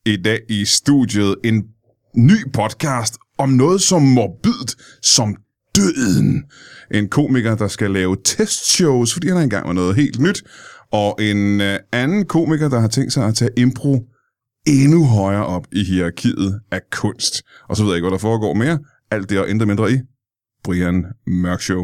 i dag i studiet en ny podcast om noget så morbidt som døden. En komiker, der skal lave testshows, fordi han er i gang med noget helt nyt. Og en anden komiker, der har tænkt sig at tage impro endnu højere op i hierarkiet af kunst. Og så ved jeg ikke, hvad der foregår mere. Alt det og intet mindre i Brian Mørk Show.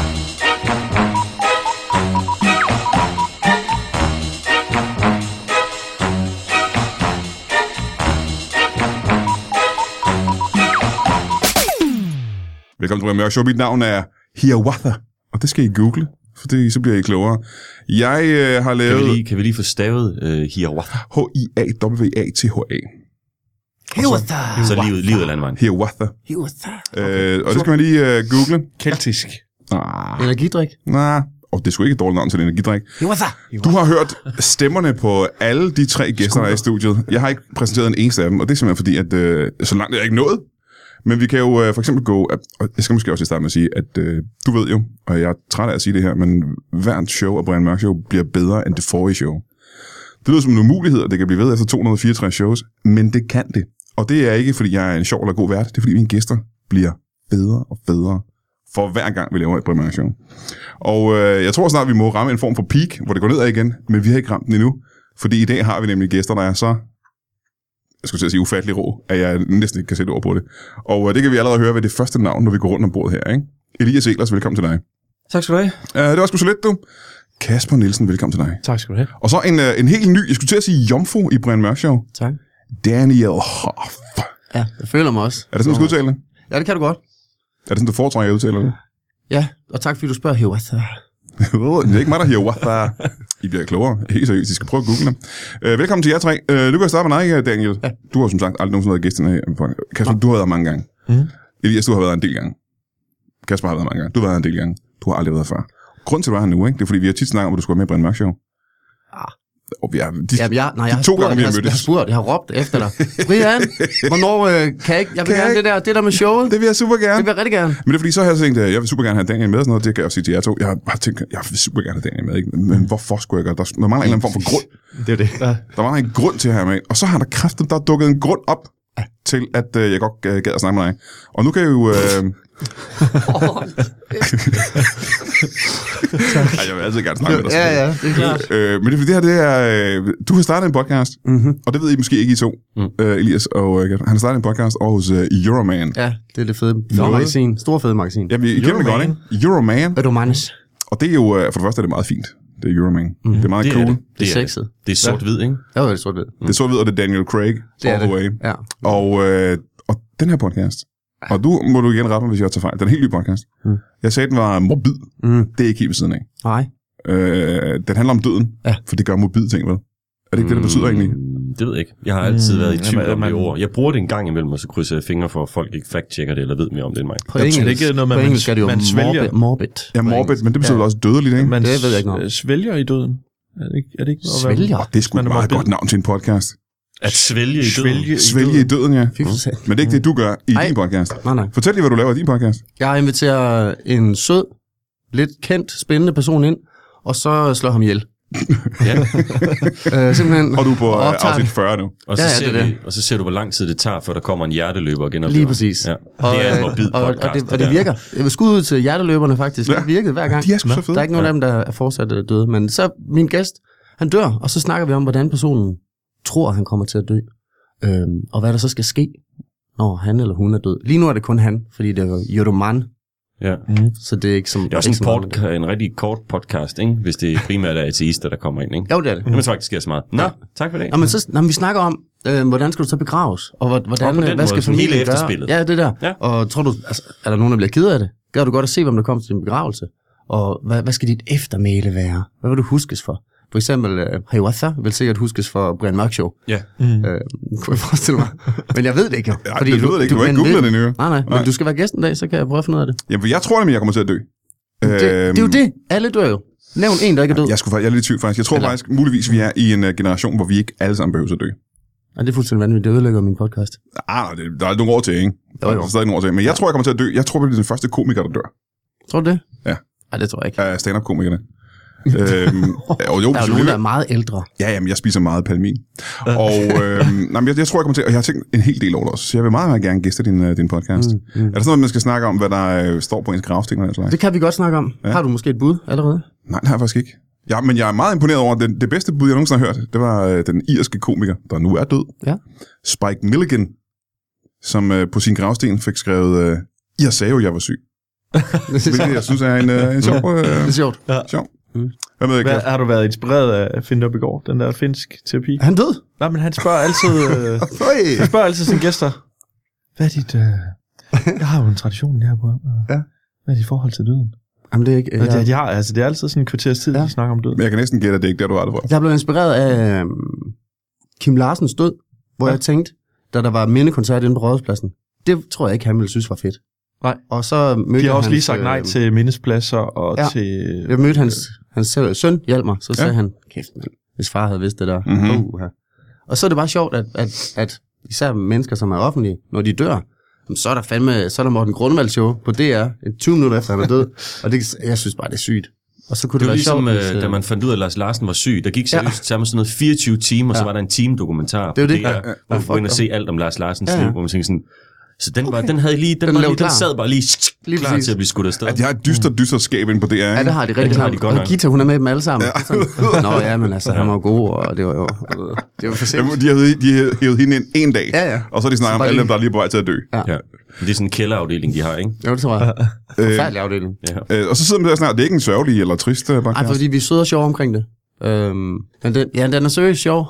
Velkommen til Brian Mørk Show. Mit navn er Hiawatha, og det skal I google, for så bliver I klogere. Jeg har lavet... Kan vi lige få stavet Hiawatha? H-I-A-W-A-T-H-A. Hiawatha. Så livet af landvejen. Hiawatha. Okay. Og det skal man lige google. Keltisk. Energidrik? Nej. Det er sgu ikke et dårligt navn til en energidrik. Hiawatha. Du har hørt stemmerne på alle de 3 gæster, der er i studiet. Jeg har ikke præsenteret en eneste af dem, og det er simpelthen fordi, at så langt er jeg ikke nået. Men vi kan jo for eksempel gå, og jeg skal måske også starte med at sige, at du ved jo, og jeg er træt af at sige det her, men hvert show af Brian Mørk Show bliver bedre end det forrige show. Det lyder som en umulighed, at det kan blive ved efter 264 shows, men det kan det. Og det er ikke, fordi jeg er en sjov eller god vært, det er, fordi mine gæster bliver bedre og bedre for hver gang, vi laver et Brian Mørk Show. Og jeg tror snart, vi må ramme en form for peak, hvor det går nedad igen, men vi har ikke ramt den endnu, fordi i dag har vi nemlig gæster, der er så... Jeg skulle til at sige ufattelig rå, at jeg næsten ikke kan sætte ord på det. Og det kan vi allerede høre ved det første navn, når vi går rundt om bordet her, ikke? Elias Ehlers, velkommen til dig. Tak skal du have. Det var sgu så lidt, du. Kasper Nielsen, velkommen til dig. Tak skal du have. Og så en helt ny, jeg skulle til at sige jomfru i Brian Mørk Show. Tak. Daniel Hoff. Ja, jeg føler mig også. Er det sådan, du skal udtale det? Ja, det kan du godt. Er det sådan, du foretrækker, at jeg udtaler det? Ja, og tak fordi du spørger, Hiawatha. Det er ikke mig, der hiver. I bliver klogere. Helt seriøst, I skal prøve at google det. Velkommen til jer 3. Nu kan jeg starte med dig, Daniel. Ja. Du har som sagt aldrig nogensinde været gæsten af. Kasper, du har været der mange gange. Elias, du har været en del gange. Kasper har været mange gange. Du har været en del gange. Du har aldrig været før. Grunden til, at du er her nu, ikke? Det er fordi, vi har tit snakket om, at du skulle være med i Brian Mørk Show. Og vi er, jeg har 2 gange, vi har mødtes. Jeg har råbt efter dig. Brian, hvornår kan jeg ikke? Jeg vil gerne det der med showet. Det vil jeg super gerne. Det vil jeg rigtig gerne. Men det er fordi, så har jeg tænkt, at jeg vil super gerne have Daniel med og sådan noget. Det kan jeg også sige til jer 2. Jeg har bare tænkt, jeg vil super gerne have Daniel med, ikke? Men hvorfor skulle jeg gøre det? Der mangler en eller anden form for grund. Det er det. Ja. Der mangler en grund til at have med. Og så har der dukket en grund op til, at jeg godt gad at snakke med dig. Og nu kan jeg jo... jeg vil altid gerne snakke med dig. Ja, det er klart. Men det her, det er... Du har startet en podcast, og det ved I måske ikke I 2, Elias og han har startet en podcast over hos Euroman. Ja, det er det fede magasin. Store fede magasin. Ja, vi kender det godt, ikke? Euroman. Og det er jo, for det første er det meget fint. Det er Euroman. Det er meget cool. Det er sexet. Det er sort-hvid, ikke? Ja, det er sort-hvid. Det er sort-hvid, og det er Daniel Craig. Det er all the way. Ja. Og den her podcast, og du må du igen rette mig, hvis jeg tager fejl. Den er en helt ny podcast. Jeg sagde, den var morbid. Det er ikke helt ved siden af. Nej. Den handler om døden, for det gør morbid ting, vel? Er det ikke det betyder egentlig? Det ved jeg ikke. Jeg har altid været i tvivl om det ord. Jeg bruger det en gang imellem, og så krydser jeg fingre for, at folk ikke fact-checker det, eller ved mere om det end mig. På engelsk er det jo morbid. Ja, morbid, men det betyder også dødeligt, ikke? Man det ved jeg ikke noget. svælger i døden. Er det ikke svælger? Det er sgu meget godt navn til en podcast. At svælge i døden? Svælge i døden, ja. Men det er ikke det, du gør i din podcast. Nej. Fortæl lige, hvad du laver i din podcast. Jeg inviterer en sød, lidt kendt, spændende person ind, og så slår ham ihjel. Simpelthen. Og du er på afsnit 40 nu. Og så ser du, hvor lang tid det tager, før der kommer en hjerteløber igen. Lige præcis. Ja. Det er en morbid podcast. Og det virker. Jeg vil skud ud til hjerteløberne faktisk. Det virkede hver gang. De er sgu så fede. Der er ikke nogen af dem, der er fortsat døde. Men så min gæst, han dør, og så snakker vi om, hvordan personen tror, han kommer til at dø. Og hvad der så skal ske, når han eller hun er død. Lige nu er det kun han, fordi det er Euroman. Ja. Så det er ikke som... Det er også en rigtig kort podcast, ikke? Hvis det primært er ateister, der kommer ind, ikke? Jo, det er det. Men faktisk sker så meget. Nå, tak for det. Nå, men så vi snakker om, hvordan skal du så begraves? Og hvordan, hvad skal familien gøre? Ja, det der. Ja. Og tror du, altså, er der nogen, der bliver ked af det? Gør du godt at se, hvem der kommer til din begravelse? Og hvad skal dit eftermæle være? Hvad vil du huskes for? For eksempel, Hiawatha vil sikkert huskes for Brian Mørk Show. Ja. Kunne jeg forestille mig. Men jeg ved det ikke jo. Fordi du ved det ikke. Du har ikke googlet det endnu. Nej. Men du skal være gæsten en dag, så kan jeg prøve at finde ud af det. Jamen, jeg tror nemlig, jeg kommer til at dø. Det er jo det. Alle dør jo. Nævn en, der ikke er død. Jeg er lidt i tvivl faktisk. Jeg tror faktisk, muligvis, vi er i en generation, hvor vi ikke alle sammen behøver at dø. Ja, det er fuldstændig vanvittigt. Det ødelægger min podcast. Der er nogle år til, ikke? Der er stadig nogle år til. Men jeg tror, jeg kommer til at dø. Jeg tror, det er den første komiker, der dør. Tror du det? Ja. Nej, det tror jeg ikke. Stand-up-komikerne. Jo, der er jo nogen, der er meget ældre. Ja, jamen, jeg spiser meget palmin. Og jeg tror, jeg kommer til, og jeg har tænkt en hel del over det også, så jeg vil meget gerne gæste din podcast. Er der sådan noget, man skal snakke om, hvad der står på ens gravsten? Eller det kan vi godt snakke om. Ja. Har du måske et bud allerede? Nej, det har jeg faktisk ikke. Ja, men jeg er meget imponeret over, det bedste bud, jeg nogensinde har hørt, det var den irske komiker, der nu er død. Ja. Spike Milligan, som på sin gravsten fik skrevet, jeg sagde jo, jeg var syg. Hvilket jeg synes er en sjov... det er sjovt. Ja. Sjov. Har du været inspireret af Finn Går, den der finsk terapi? Er han død? Nej, men han spørger altid sine gæster, hvad er dit... Jeg har jo en tradition i det her program. Ja. Hvad er dit forhold til døden? Jamen, det er ikke... Det er altid sådan en kvarters tid, de snakker om døden. Men jeg kan næsten gætte, at det ikke er der, du har det fra. Jeg blev inspireret af Kim Larsens død, hvor jeg tænkte, da der var mindekoncert inde på Rådhuspladsen, det tror jeg ikke, han ville synes var fedt. Nej. Og så mødte de har også lige sagt nej til mindespladser og til... Jeg mødte hans søn, Hjalmar, så sagde han, kæft mand, hvis far havde vidst det der. Og så er det bare sjovt, at især mennesker, som er offentlige, når de dør, så er der Morten Grundvald show på DR, 20 minutter efter han er død, og jeg synes bare, det er sygt. Og så kunne det være ligesom, sjovt, da man fandt ud af, at Lars Larsen var syg, der gik seriøst sammen sådan noget 24 timer, så var der en time-dokumentar på DR, hvor vi kunne ind og se alt om Lars Larsens liv, hvor man tænkte sådan, så den sad bare lige klar til at blive skudt afsted. Ja, de har et dyster skab ind på DR, ikke? Ja, det har de rigtig klart. Og Gita, hun er med dem alle sammen. Ja. Nå ja, men altså, han var god, og det var jo for sent. De havde hævet hende ind en dag, og så er de snakket om alle dem, der er lige på vej til at dø. Ja. Det er sådan en kælderafdeling, de har, ikke? Jo, det tror jeg. Forfærdelig afdeling. Og så sidder man der snart, det er ikke en sørgelig eller trist podcast. Nej, fordi vi er søde og sjove omkring det. Den er seriøst sjov.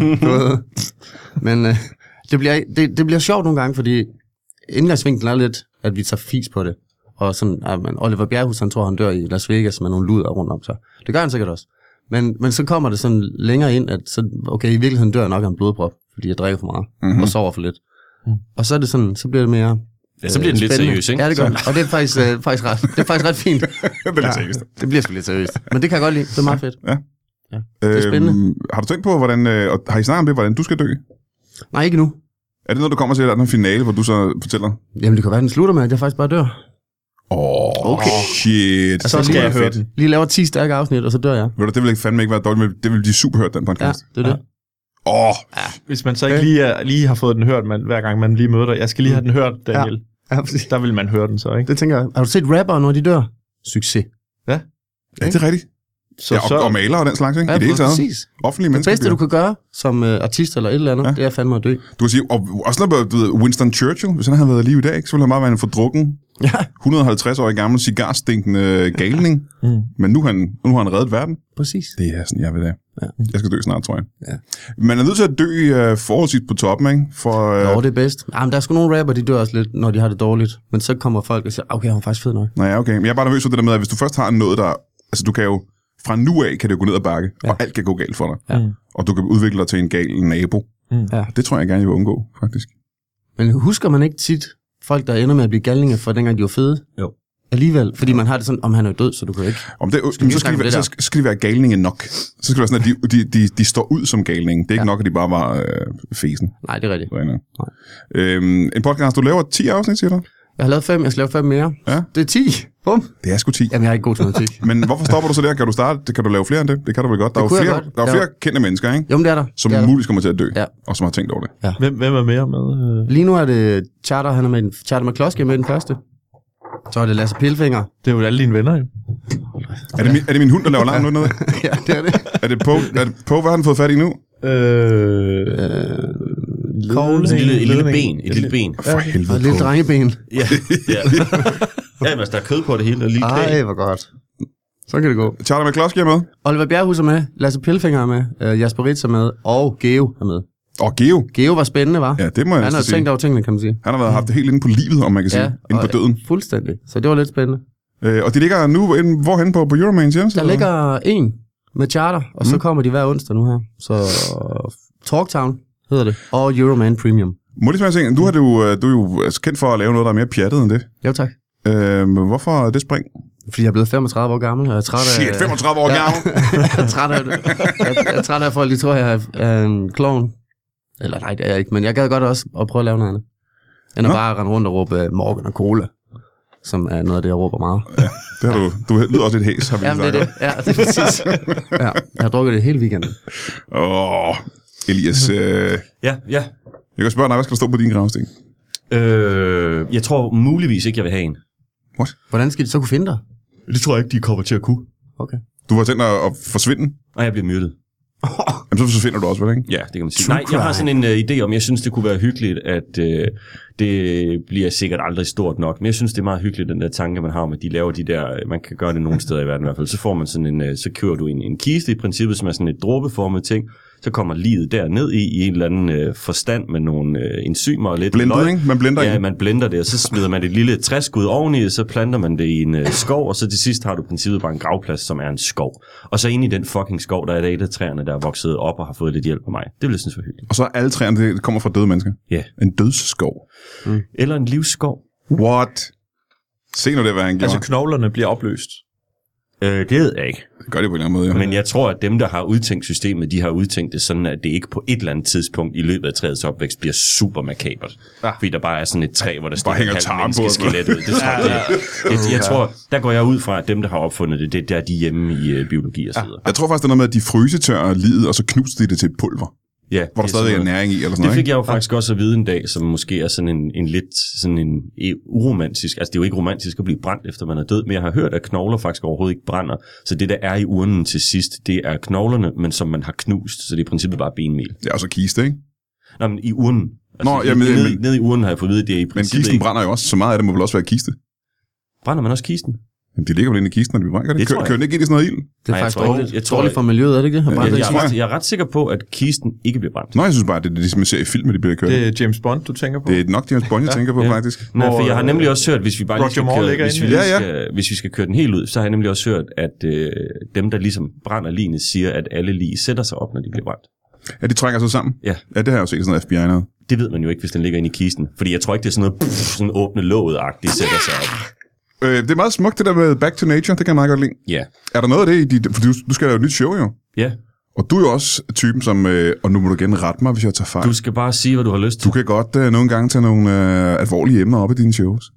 Men det bliver sjovt nogle gange, fordi indgangsvinklen er lidt, at vi tager fis på det. Og sådan, Oliver Bjerrehus, han tror, han dør i Las Vegas med nogle luder rundt om sig. Det gør han sikkert også. Men så kommer det sådan længere ind, at så, okay, i virkeligheden dør jeg nok af en blodprop, fordi jeg drikker for meget og sover for lidt. Og så er det sådan, så bliver det mere... så bliver det lidt seriøst, ikke? Ja, det gør det. Og det er faktisk ret fint. Det er lidt seriøst. Det bliver sgu lidt seriøst. Men det kan jeg godt lide. Det er meget fedt. Ja. Det er spændende. Har du tænkt på, har I snakket om det, hvordan du skal dø? Nej, ikke nu. Er det noget, du kommer til, at der er en finale, hvor du så fortæller? Jamen, det kan være, at den slutter med, at jeg faktisk bare dør. Okay. Shit. Altså, så skal jeg høre den. Lige laver 10 stærke afsnit, og så dør jeg. Ved du, det vil ikke fandme ikke være dårligt, men det vil blive super hørt, den podcast. Ja, det er det. Hvis man så ikke lige har fået den hørt, hver gang man lige møder dig. Jeg skal lige have den hørt, Daniel. Ja, der vil man høre den så, ikke? Det tænker jeg. Har du set rappere, når de dør? Succes. Ja, det er rigtigt. Og malere og den slags, ikke? Ja, i det hele taget. Præcis. Offentlige mennesker. Det bedste, du kan gøre som artist eller et eller andet, det er fandme at dø. Du kan sige, og også noget, du ved, Winston Churchill, hvis han havde været lige i dag, ikke, så ville han bare være en fordrukken, 150-årig gammel cigarstinkende galning. Men nu har han reddet verden. Præcis. Det er sådan, jeg vil det. Ja. Jeg skal dø snart, tror jeg. Ja. Man er nødt til at dø forholdsvis på toppen, ikke? Jo, det er bedst. Jamen, der er sgu nogle rapper, de dør også lidt, når de har det dårligt. Men så kommer folk og siger, okay, han er faktisk fed nok. Nej, okay. Men jeg er bare nervøs for det der med, at hvis du først har noget, der... Altså, du kan jo... Fra nu af kan det jo gå ned ad bakke, og alt kan gå galt for dig. Ja. Og du kan udvikle dig til en gal nabo. Ja. Det tror jeg gerne, jeg vil undgå, faktisk. Men husker man ikke tit folk, der ender med at blive galninge for dengang de var fede? Jo. Alligevel, fordi man har det sådan, om han er død, så du kan ikke... Så skal de være galninge nok. Så skal det være sådan, at de står ud som galninge. Det er ikke nok, at de bare var fesen. Nej, det er rigtigt. En podcast, du laver 10 afsnit, siger du? Jeg har lavet 5, jeg skal lave 5 mere. Ja. Det er 10. Bum. Det er sgu 10. Jamen, jeg er ikke god til matematik. Men hvorfor stopper du så der? Kan du starte? Kan du lave flere end det? Det kan du vel godt. Der er jo flere kendte mennesker, ikke? Jo, det er der. Som muligvis kommer til at dø, og som har tænkt over det. Ja. Hvem er mere med? Lige nu er det Charter, han er med Charter McCloskey med den første. Så er det Lasse Pilfinger. Det er jo alle dine venner, jo. Er det min hund, der laver larm noget? Ja, det er det. Er det på, hvad har den fået fat i nu? Et lille ben. For helvede. Og et lille drengeben. Ja, men der er kød på det hele. Og lige ej, hvor godt. Så kan det gå. Charter McCloskey er med. Oliver Bjerrehus er med. Lasse Pilfinger er med. Jasper Ritz er med. Og Geo er med. Og Geo? Geo var spændende, var? Ja, det må jeg Han har tænkt over tingene, kan man sige. Han har haft det helt inde på livet, om man kan sige. Inde på døden. Fuldstændig. Så det var lidt spændende. Og de ligger nu hvorhen på Euromans hjemmeside? Der ligger en med Charter, og så kommer de hver onsdag nu her. Så Talktown hedder det. Og Euroman Premium. Må det sige, du er jo kendt for at lave noget, der er mere pjattet end det. Jo, tak. Hvorfor det spring? Fordi jeg er blevet 35 år gammel, og jeg er træt af... Shit, 35 år gammel? Jeg er træt af det. Jeg er træt af, at folk lige tror, jeg er en klovn. Eller nej, det er jeg ikke, men jeg gad godt også at prøve at lave noget andet. End at bare rende rundt og råbe Morgan og Cola. som er noget af det, jeg råber meget. Ja, det har du lyder også lidt hæs, har vi sagt. Det. Ja, det er præcis. Ja, jeg har drukket det hele weekenden. Elias. Ja. Jeg kan spørge dig, hvad skal der stå på din gravsten? Jeg tror muligvis ikke, jeg vil have en. What? Hvordan skal de så kunne finde dig? Det tror jeg ikke, de kommer til at kunne. Okay. Du var tænkt at forsvinde? Og jeg bliver myrdet. Jamen, så forsvinder du også, vel, ikke? Ja, det kan man sige. Nej, jeg har sådan en idé om, jeg synes, det kunne være hyggeligt, at det bliver sikkert aldrig stort nok. Men jeg synes, det er meget hyggeligt, den der tanke, man har om, at de laver de der, man kan gøre det nogle steder i verden i hvert fald. Så får man sådan en, så kører du en kiste i princippet, som er sådan et dråbeformet ting. Så kommer livet der ned i en eller anden forstand med nogle enzymer og lidt blender, ikke? Man blender ja, man blender det, og så smider man et lille træskud oveni, så planter man det i en skov, og så til sidst har du i princippet bare en gravplads, som er en skov. Og så inde i den fucking skov, der er et af træerne, der er vokset op og har fået lidt hjælp af mig. Det vil jeg synes var hyggeligt. Og så er alle træerne, det kommer fra døde mennesker? Ja. En dødsskov? Eller en livsskov. What? Se nu det, hvad han gjorde. Altså knoglerne bliver opløst. Det ved jeg ikke. Det gør det på en eller anden måde, ja. Men jeg tror, at dem, der har udtænkt systemet, de har udtænkt det sådan, at det ikke på et eller andet tidspunkt i løbet af træets opvækst bliver super makabert. Ja. Fordi der bare er sådan et træ, hvor der står et halvt menneskeskelet ud. Jeg tror, der går jeg ud fra, at dem, der har opfundet det er der, de er hjemme i biologi og så videre. Jeg tror faktisk, det er noget med, at de frysetørrer livet, og så knuser de det til pulver. Ja, hvor der stadig er næring i, eller sådan noget. Det fik jeg jo faktisk også at vide en dag, som måske er sådan en lidt sådan en uromantisk, altså det er jo ikke romantisk at blive brændt, efter man er død, men jeg har hørt, at knogler faktisk overhovedet ikke brænder, så det der er i urnen til sidst, det er knoglerne, men som man har knust, så det er i princippet bare benmel. Det er også kiste, ikke? Nå, men i urnen. Altså, nede i urnen har jeg fået at vide, det er i princippet. Men kisten brænder jo også, så meget af det må vel også være kiste. Brænder man også kisten? Jamen, de ligger vel inde i kisten, når de brænder. Kører den ikke ind i sådan noget ild? Det er faktisk dårligt for miljøet, er det ikke det? Jeg er ret sikker på, at kisten ikke bliver brændt. Nå, jeg synes bare, det er det, som man ser i film, at de bliver kørt. Det er James Bond, du tænker på? Det er nok James Bond, jeg tænker på, faktisk. Nej, for jeg har nemlig også hørt, hvis vi bare hvis vi skal køre den helt ud, så har jeg nemlig også hørt, at dem, der ligesom brænder ligene, siger, at alle lige sætter sig op, når de bliver brændt. Ja, de trækker sig sammen? Ja. Ja, det har jeg jo set sådan noget FBI noget. Det ved man jo ikke, hvis den ligger inde i kisten. Fordi jeg tror ikke, det er sådan noget sådan åbne låget-agtigt, sætter sig op. Det er meget smukt, det der med Back to Nature. Det kan jeg meget godt lide. Ja. Er der noget af det i for du skal lave et nyt show, jo? Ja. Og du er jo også typen, som... og nu må du igen rette mig, hvis jeg tager fejl. Du skal bare sige, hvad du har lyst til. Du kan godt nogle gange tage nogle alvorlige emner op i dine shows.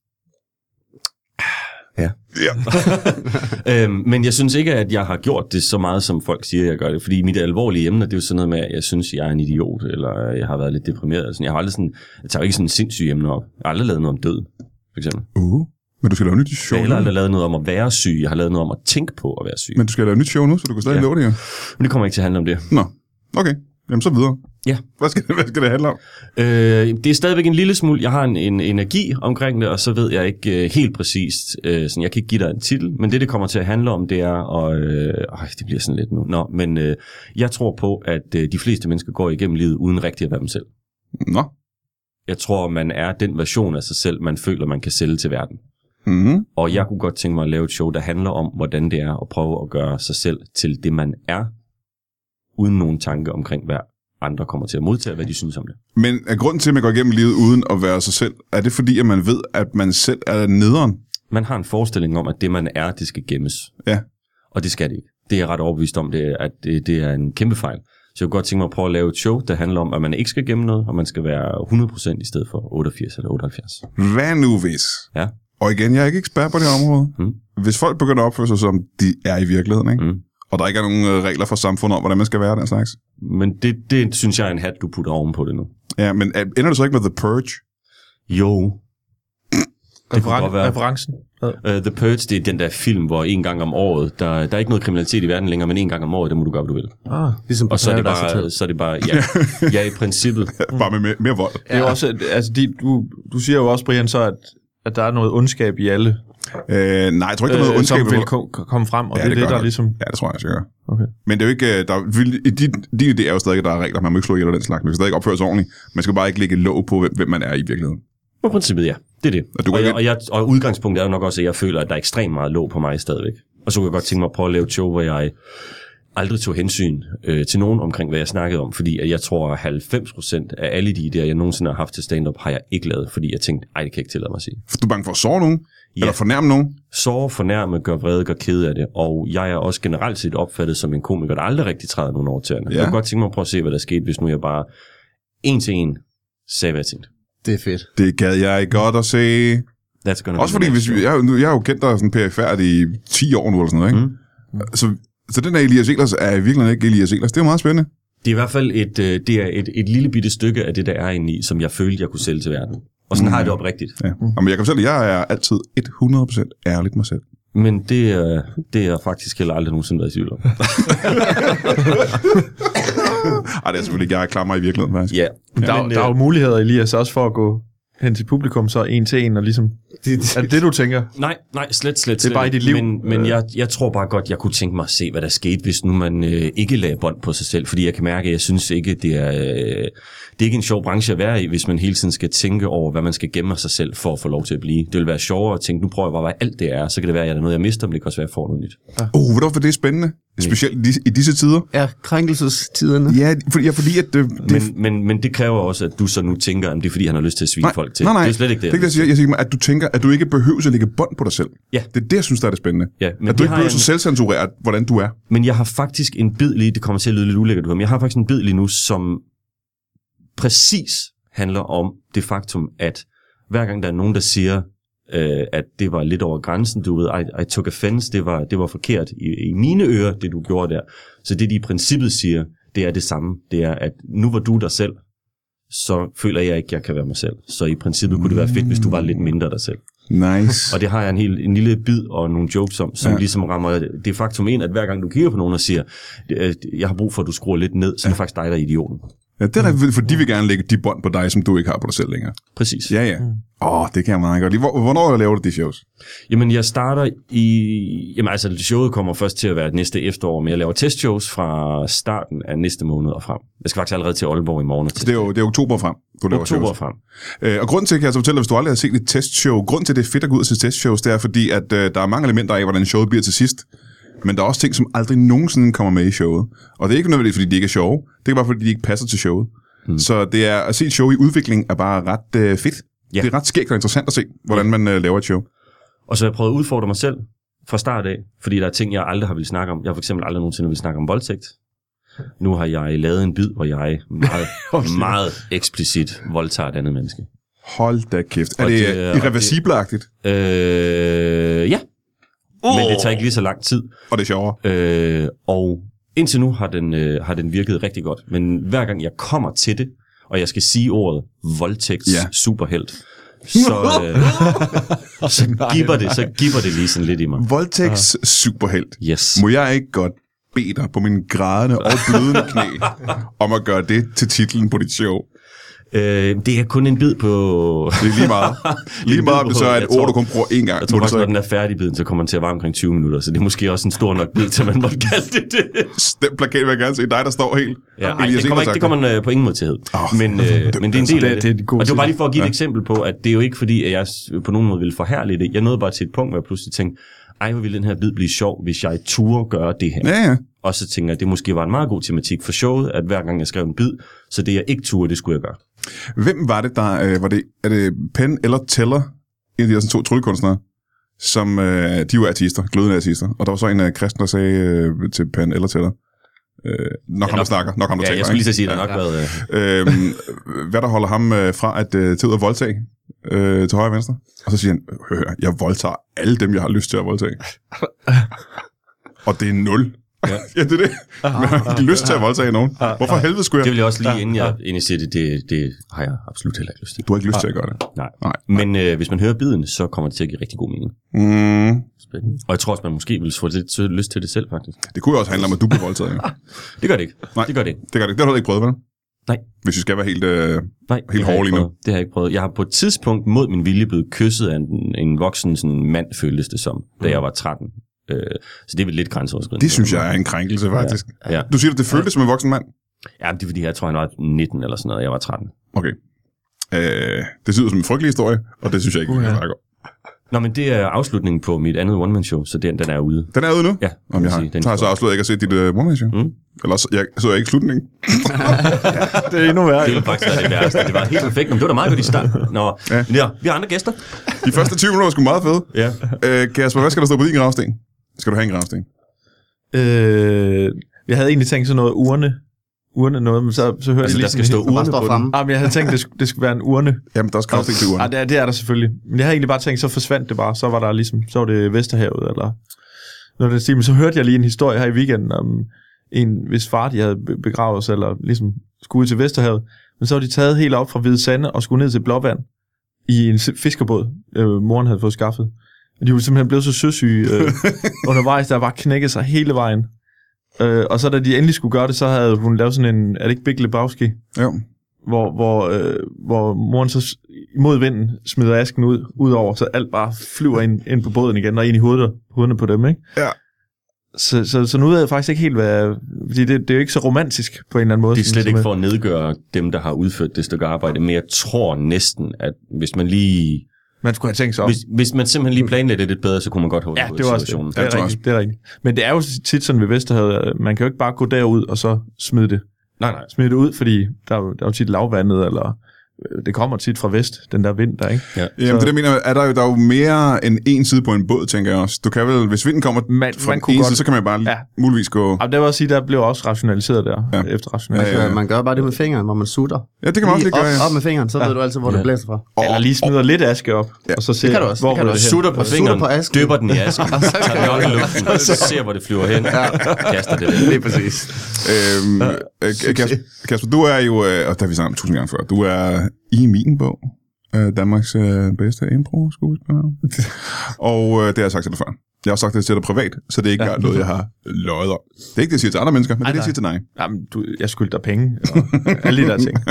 Ja. Men jeg synes ikke, at jeg har gjort det så meget, som folk siger, jeg gør det. Fordi mit alvorlige emner, det er jo sådan noget med, at jeg synes, jeg er en idiot, eller jeg har været lidt deprimeret. Altså, jeg har aldrig sådan... Jeg tager ikke sådan en sindssyg emne op. Jeg har aldrig lavet noget om død, for eksempel. Men du skal lave nyt show. Jeg har aldrig lavet noget om at være syg. Jeg har lavet noget om at tænke på at være syg. Men du skal lave nyt show nu, så du kan stadig lave det, jo. Men det kommer ikke til at handle om det. Nå, okay. Jamen så videre. Ja. Hvad skal det handle om? Det er stadigvæk en lille smule. Jeg har en energi omkring det, og så ved jeg ikke helt præcist. Sådan, jeg kan ikke give dig en titel, men det kommer til at handle om, det er... Og, det bliver sådan lidt nu. Nå, men jeg tror på, at de fleste mennesker går igennem livet uden rigtig at være dem selv. Nå. Jeg tror, man er den version af sig selv, man føler, man kan sælge til verden. Mm-hmm. Og jeg kunne godt tænke mig at lave et show, der handler om, hvordan det er at prøve at gøre sig selv til det, man er, uden nogen tanke omkring, hvad andre kommer til at modtage, hvad de synes om det. Men er grunden til, at man går igennem livet uden at være sig selv, er det fordi, at man ved, at man selv er nederen? Man har en forestilling om, at det, man er, det skal gemmes. Ja. Og det skal det ikke. Det er jeg ret overbevist om, at det er en kæmpe fejl. Så jeg kunne godt tænke mig at prøve at lave et show, der handler om, at man ikke skal gemme noget, og man skal være 100% i stedet for 88 eller 78. Hvad nu hvis? Ja. Og igen, jeg er ikke ekspert på det område. Hvis folk begynder at opføre sig, som de er i virkeligheden, ikke? Og der ikke er nogen regler for samfundet om, hvordan man skal være den slags. Men det synes jeg er en hat, du putter oven på det nu. Ja, men ender det så ikke med The Purge? Jo. Det kunne godt være. Referencen? The Purge, det er den der film, hvor en gang om året, der er ikke noget kriminalitet i verden længere, men en gang om året, der må du gøre, hvad du vil. Ligesom og så er det bare, ja, i princippet. Bare med mere vold. Det er jo også, altså, du siger jo også, Brian, så at der er noget ondskab i alle. Nej, jeg tror ikke, der er noget ondskab. Som vil komme frem, og det er det, der ligesom... Ja, det tror jeg gør. Okay. Men det er jo ikke... Din idé er jo stadig, at der er regler, man må ikke slå ihjel af den slags. Man skal stadig opføre sig ordentligt. Man skal bare ikke lægge låg på, hvem man er i virkeligheden. På princippet, ja. Det er det. Og udgangspunktet er jo nok også, at jeg føler, at der er ekstremt meget låg på mig stadigvæk. Og så kunne jeg godt tænke mig at prøve at lave et show, hvor jeg aldrig tog hensyn til nogen omkring, hvad jeg snakkede om. Fordi at jeg tror, at 90% af alle de idéer, jeg nogensinde har haft til stand-up, har jeg ikke lavet. Fordi jeg tænkte, det kan jeg ikke tillade mig at sige. For du er bange for at såre nogen? Ja. Eller fornærme nogen? Såre, fornærme, gør vrede, gør ked af det. Og jeg er også generelt set opfattet som en komiker, der aldrig rigtig træder nogen over tæerne. Ja. Jeg kunne godt tænke mig at prøve at se, hvad der skete, hvis nu jeg bare en til en sagde, hvad jeg tænkte. Det er fedt. Det gad jeg godt at se. Også fordi, hvis jeg har jo kendt dig sådan perifært i 10 år nu, eller sådan noget, ikke? Så den der Elias Ehlers er virkelig ikke Elias Ehlers. Det er jo meget spændende. Det er i hvert fald et lille bitte stykke af det, der er inde i, som jeg følte, jeg kunne sælge til verden. Og sådan har jeg det oprigtigt. Ja. Men jeg kan fortælle, at jeg er altid 100% ærligt mig selv. Men det er faktisk heller aldrig nogensinde været i tvivl om. Ej, det er selvfølgelig ikke. Jeg klamrer i virkeligheden, faktisk. Ja. Der er jo muligheder, Elias, også for at gå hen til publikum, så en til en, og ligesom... Er det du tænker? Nej, slet. Det er bare i dit liv. Men jeg tror bare godt, jeg kunne tænke mig at se, hvad der skete, hvis nu man ikke lagde bånd på sig selv. Fordi jeg kan mærke, at jeg synes ikke, det er ikke en sjov branche at være i, hvis man hele tiden skal tænke over, hvad man skal gemme sig selv for at få lov til at blive. Det vil være sjovere at tænke, nu prøver jeg bare, hvad alt det er. Så kan det være, at der er noget, jeg mister, men det kan også være, at jeg får noget nyt. Hvorfor det er spændende? Specielt i disse tider. Ja, krænkelsestiderne. Ja, fordi at... Men det kræver også, at du så nu tænker, at det er fordi, han har lyst til at svine folk til. Nej. Det er slet ikke det. Jeg siger, at du tænker, at du ikke behøver at lægge bånd på dig selv. Ja. Det er det, jeg synes, der er det spændende. Ja, at du ikke behøver at selvcensurere, hvordan du er. Men jeg har faktisk en bid lige, det kommer til at lyde lidt ulækkert, men jeg har faktisk en bid lige nu, som præcis handler om det faktum, at hver gang der er nogen, der siger, at det var lidt over grænsen, du ved, I took offense, det var forkert i mine ører, det du gjorde der. Så det, de i princippet siger, det er det samme. Det er, at nu var du dig selv, så føler jeg ikke, jeg kan være mig selv. Så i princippet kunne det være fedt, hvis du var lidt mindre dig selv. Nice. Og det har jeg en lille bid og nogle jokes om, som ligesom rammer det faktum ind, at hver gang du kigger på nogen og siger, jeg har brug for, at du skruer lidt ned, så er det faktisk dig, der er idioten. Ja, det er for de vil gerne lægge de bånd på dig, som du ikke har på dig selv længere. Præcis. Ja. Det kan jeg meget godt lide. Hvornår laver du de shows? Jamen, jeg starter showet kommer først til at være næste efterår, men jeg laver testshows fra starten af næste måned og frem. Jeg skal faktisk allerede til Aalborg i morgen. Det er oktober frem, du laver shows. Oktober frem. Og grunden til, kan jeg så fortælle dig, hvis du aldrig har set et testshow, grunden til, det er fedt at gå ud og se testshows, det er fordi, at der er mange elementer af, hvordan showet bliver til sidst. Men der er også ting, som aldrig nogensinde kommer med i showet. Og det er ikke nødvendigt, fordi de ikke er sjove. Det er bare, fordi de ikke passer til showet. Så det er at se et show i udvikling er bare ret fedt. Ja. Det er ret skægt og interessant at se, hvordan man laver et show. Og så har jeg prøvet at udfordre mig selv fra start af, fordi der er ting, jeg aldrig har ville snakke om. Jeg har for eksempel aldrig nogensinde ville snakke om voldtægt. Nu har jeg lavet en bid, hvor jeg meget eksplicit voldtager et andet menneske. Hold da kæft. Er det irreversibelagtigt? Ja. Men det tager ikke lige så lang tid. Og det er sjovere. Og indtil nu har den virket rigtig godt. Men hver gang jeg kommer til det, og jeg skal sige ordet voldtægts superhelt, så giver det lige sådan lidt i mig. Voldtægts superhelt. Yes. Må jeg ikke godt bede dig på mine grædende og blødende knæ om at gøre det til titlen på dit show? Det er kun en bid på... Det er lige meget. Lige meget, om det så er et ord, du kun bruger én gang. Jeg tror faktisk, når den er færdig biden, så kommer den til at vare omkring 20 minutter, så det er måske også en stor nok bid, til man måtte kalde det. Den plakat vil jeg gerne se. Dig, der står helt... Det kommer man på ingen måde til hed. Men det er en del af det. Og det var bare lige for at give et eksempel på, at det er jo ikke fordi, at jeg på nogen måde ville forherlige det. Jeg nåede bare til et punkt, hvor jeg pludselig tænkte, hvor ville den her bid blive sjov, hvis jeg turde gøre det her. Ja. Og så tænker jeg, at det måske var en meget god tematik for showet, at hver gang jeg skrev en bid, så det jeg ikke turde, det skulle jeg gøre. Hvem var det, er det Penn eller Teller, en af de her to tryllekunstnere, som, de var artister, glødende artister, og der var så en kristen, der sagde til Penn eller Teller, nok ham, der snakker, nok ham, der tænker. Jeg skulle lige så sige, det nok været... hvad der holder ham fra at tage ud og voldtage til højre og venstre? Og så siger han, hør, jeg voldtager alle dem, jeg har lyst til at voldtage. Og det er 0. Ja, det er det. Men jeg har ikke lyst til at voldtage nogen. Hvorfor helvede skulle jeg? Det vil jeg også lige, inden jeg siger det har jeg absolut heller ikke lyst til. Du har ikke lyst til at gøre det? Nej. Men hvis man hører biden, så kommer det til at give rigtig god mening. Spændende. Og jeg tror også, man måske vil få lidt lyst til det selv, faktisk. Det kunne jo også handle om, at du bliver voldtaget. Ja. Det gør det ikke. Nej, det gør det ikke. Det har du heller ikke prøvet, vel? Nej. Hvis vi skal være helt helt hård lige nu. Det har jeg ikke prøvet. Jeg har på et tidspunkt mod min vilje blevet kysset af en voksen sådan mand, føltes det som, da jeg var 13. Så det er vel lidt grænseoverskridende. Det synes jeg er en krænkelse, faktisk. Ja. Du siger, at det føltes som en voksen mand? Ja, det er fordi, jeg tror, han var 19 eller sådan noget, og jeg var 13. Okay. Det synes som en frygtelig historie, og det synes jeg ikke, vi kan snakke om. Nå, men det er afslutningen på mit andet one-man-show, så den er ude. Den er ude nu? Ja. Om jeg har så afsluttet, ikke at se dit one-man-show. Eller så jeg ikke slutningen. Det er endnu værre. Det var faktisk det værste. Det var helt perfekt, men det var da meget godt i start. Nå, ja. Vi har andre gæster. De første 20 minutter var sgu meget fede. Ja. Kasper, hvad skal der stå på din gravsten? Skal du have en gravsten? Jeg havde egentlig tænkt sådan noget urne noget, men så hørte altså, jeg der skal stå urne på den. Men jeg havde tænkt, det skulle være en urne. Jamen, der er også kravstik til urne. Det er der selvfølgelig. Men jeg havde egentlig bare tænkt, så forsvandt det bare. Så var der ligesom, så var det Vesterhavet, eller noget det. Men så hørte jeg lige en historie her i weekenden om en, hvis far de havde begravet sig, eller ligesom skulle ud til Vesterhavet. Men så var de taget helt op fra Hvide Sande og skulle ned til Blåvand i en fiskerbåd, moren havde fået skaffet. De var simpelthen blevet så søsyge undervejs, der bare knækket sig hele vejen. Og så da de endelig skulle gøre det, så havde hun lavet sådan en, er det ikke Big Lebowski? Jo. Hvor moren så imod vinden smider asken ud over, så alt bare flyver ind på båden igen, og ind i hovederne på dem, ikke? Ja. Så nu ved jeg faktisk ikke helt, fordi det er jo ikke så romantisk på en eller anden måde. Det er slet ikke for at nedgøre dem, der har udført det stykke arbejde, men jeg tror næsten, at hvis man lige... Man skulle have tænkt sig om. Hvis man simpelthen lige planlægger det lidt bedre, så kunne man godt holde ud i situationen. Det er rigtigt. Men det er jo tit sådan ved Vesterhavet, man kan jo ikke bare gå derud og så smide det. Nej. Smide det ud, fordi der er jo tit lavvandet, eller det kommer tit fra vest, den der vind der, ikke? Ja. Jamen, det mener er der er jo mere end en side på en båd, tænker jeg også. Du kan vel, hvis vinden kommer fra den ene side, så kan man bare muligvis gå... Ja, det vil også sige, der blev også rationaliseret der, efter rationaliseret. Ja. Man gør bare det med fingeren, hvor man sutter. Ja, det kan man også lige gøre, ja. Op med fingeren, så ved du altid, hvor det blæser fra. Eller lige smider lidt aske op, og så ser hvor det sutter på fingeren, dypper den i asken, tager den op i luften, og så ser, hvor det flyver hen, kaster det. Det er præcis. Kasper, du er jo, og der har vi sammen 1000 gange før, du er i min bog, Danmarks bedste impro-skuespiller. Og det har jeg sagt til dig før. Jeg har sagt det til dig privat, så det er ikke noget, jeg har løjet om. Det er ikke det, jeg siger til andre mennesker, men det er det, jeg siger til dig. Jamen, jeg skylder dig penge, og alle de der ting.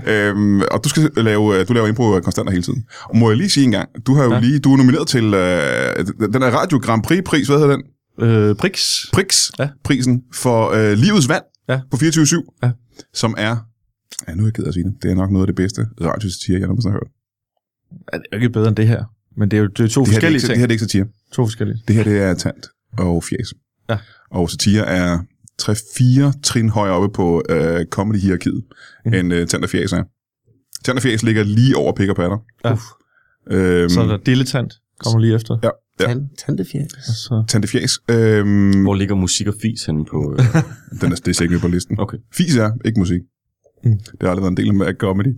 Og du skal lave impro konstant hele tiden. Og må jeg lige sige en gang, du har jo lige, du er nomineret til den her Radio Grand Prix-pris, hvad hedder den? Prix. Ja. Prisen for Livets Vand på 24/7, som er, nu er jeg ked af at sige det, det er nok noget af det bedste radiosatire, jeg nogensinde har hørt. Det er jo ikke bedre end det her, men det er jo to forskellige ting. Det her det er ikke satire. To forskellige. Det her det er tant og fjes. Ja. Og satire er 3-4 trin højere oppe på comedy-hierarkiet, end tant og fjes er. Tant og fjes ligger lige over pik og patter. Ja. Så er der dilettant, kommer lige efter. Ja. Tantefjes. Tantefjes. Hvor ligger musik og fis henne på... det er sikkert på listen. Okay. Fis er ikke musik. Det har aldrig været en del af comedy.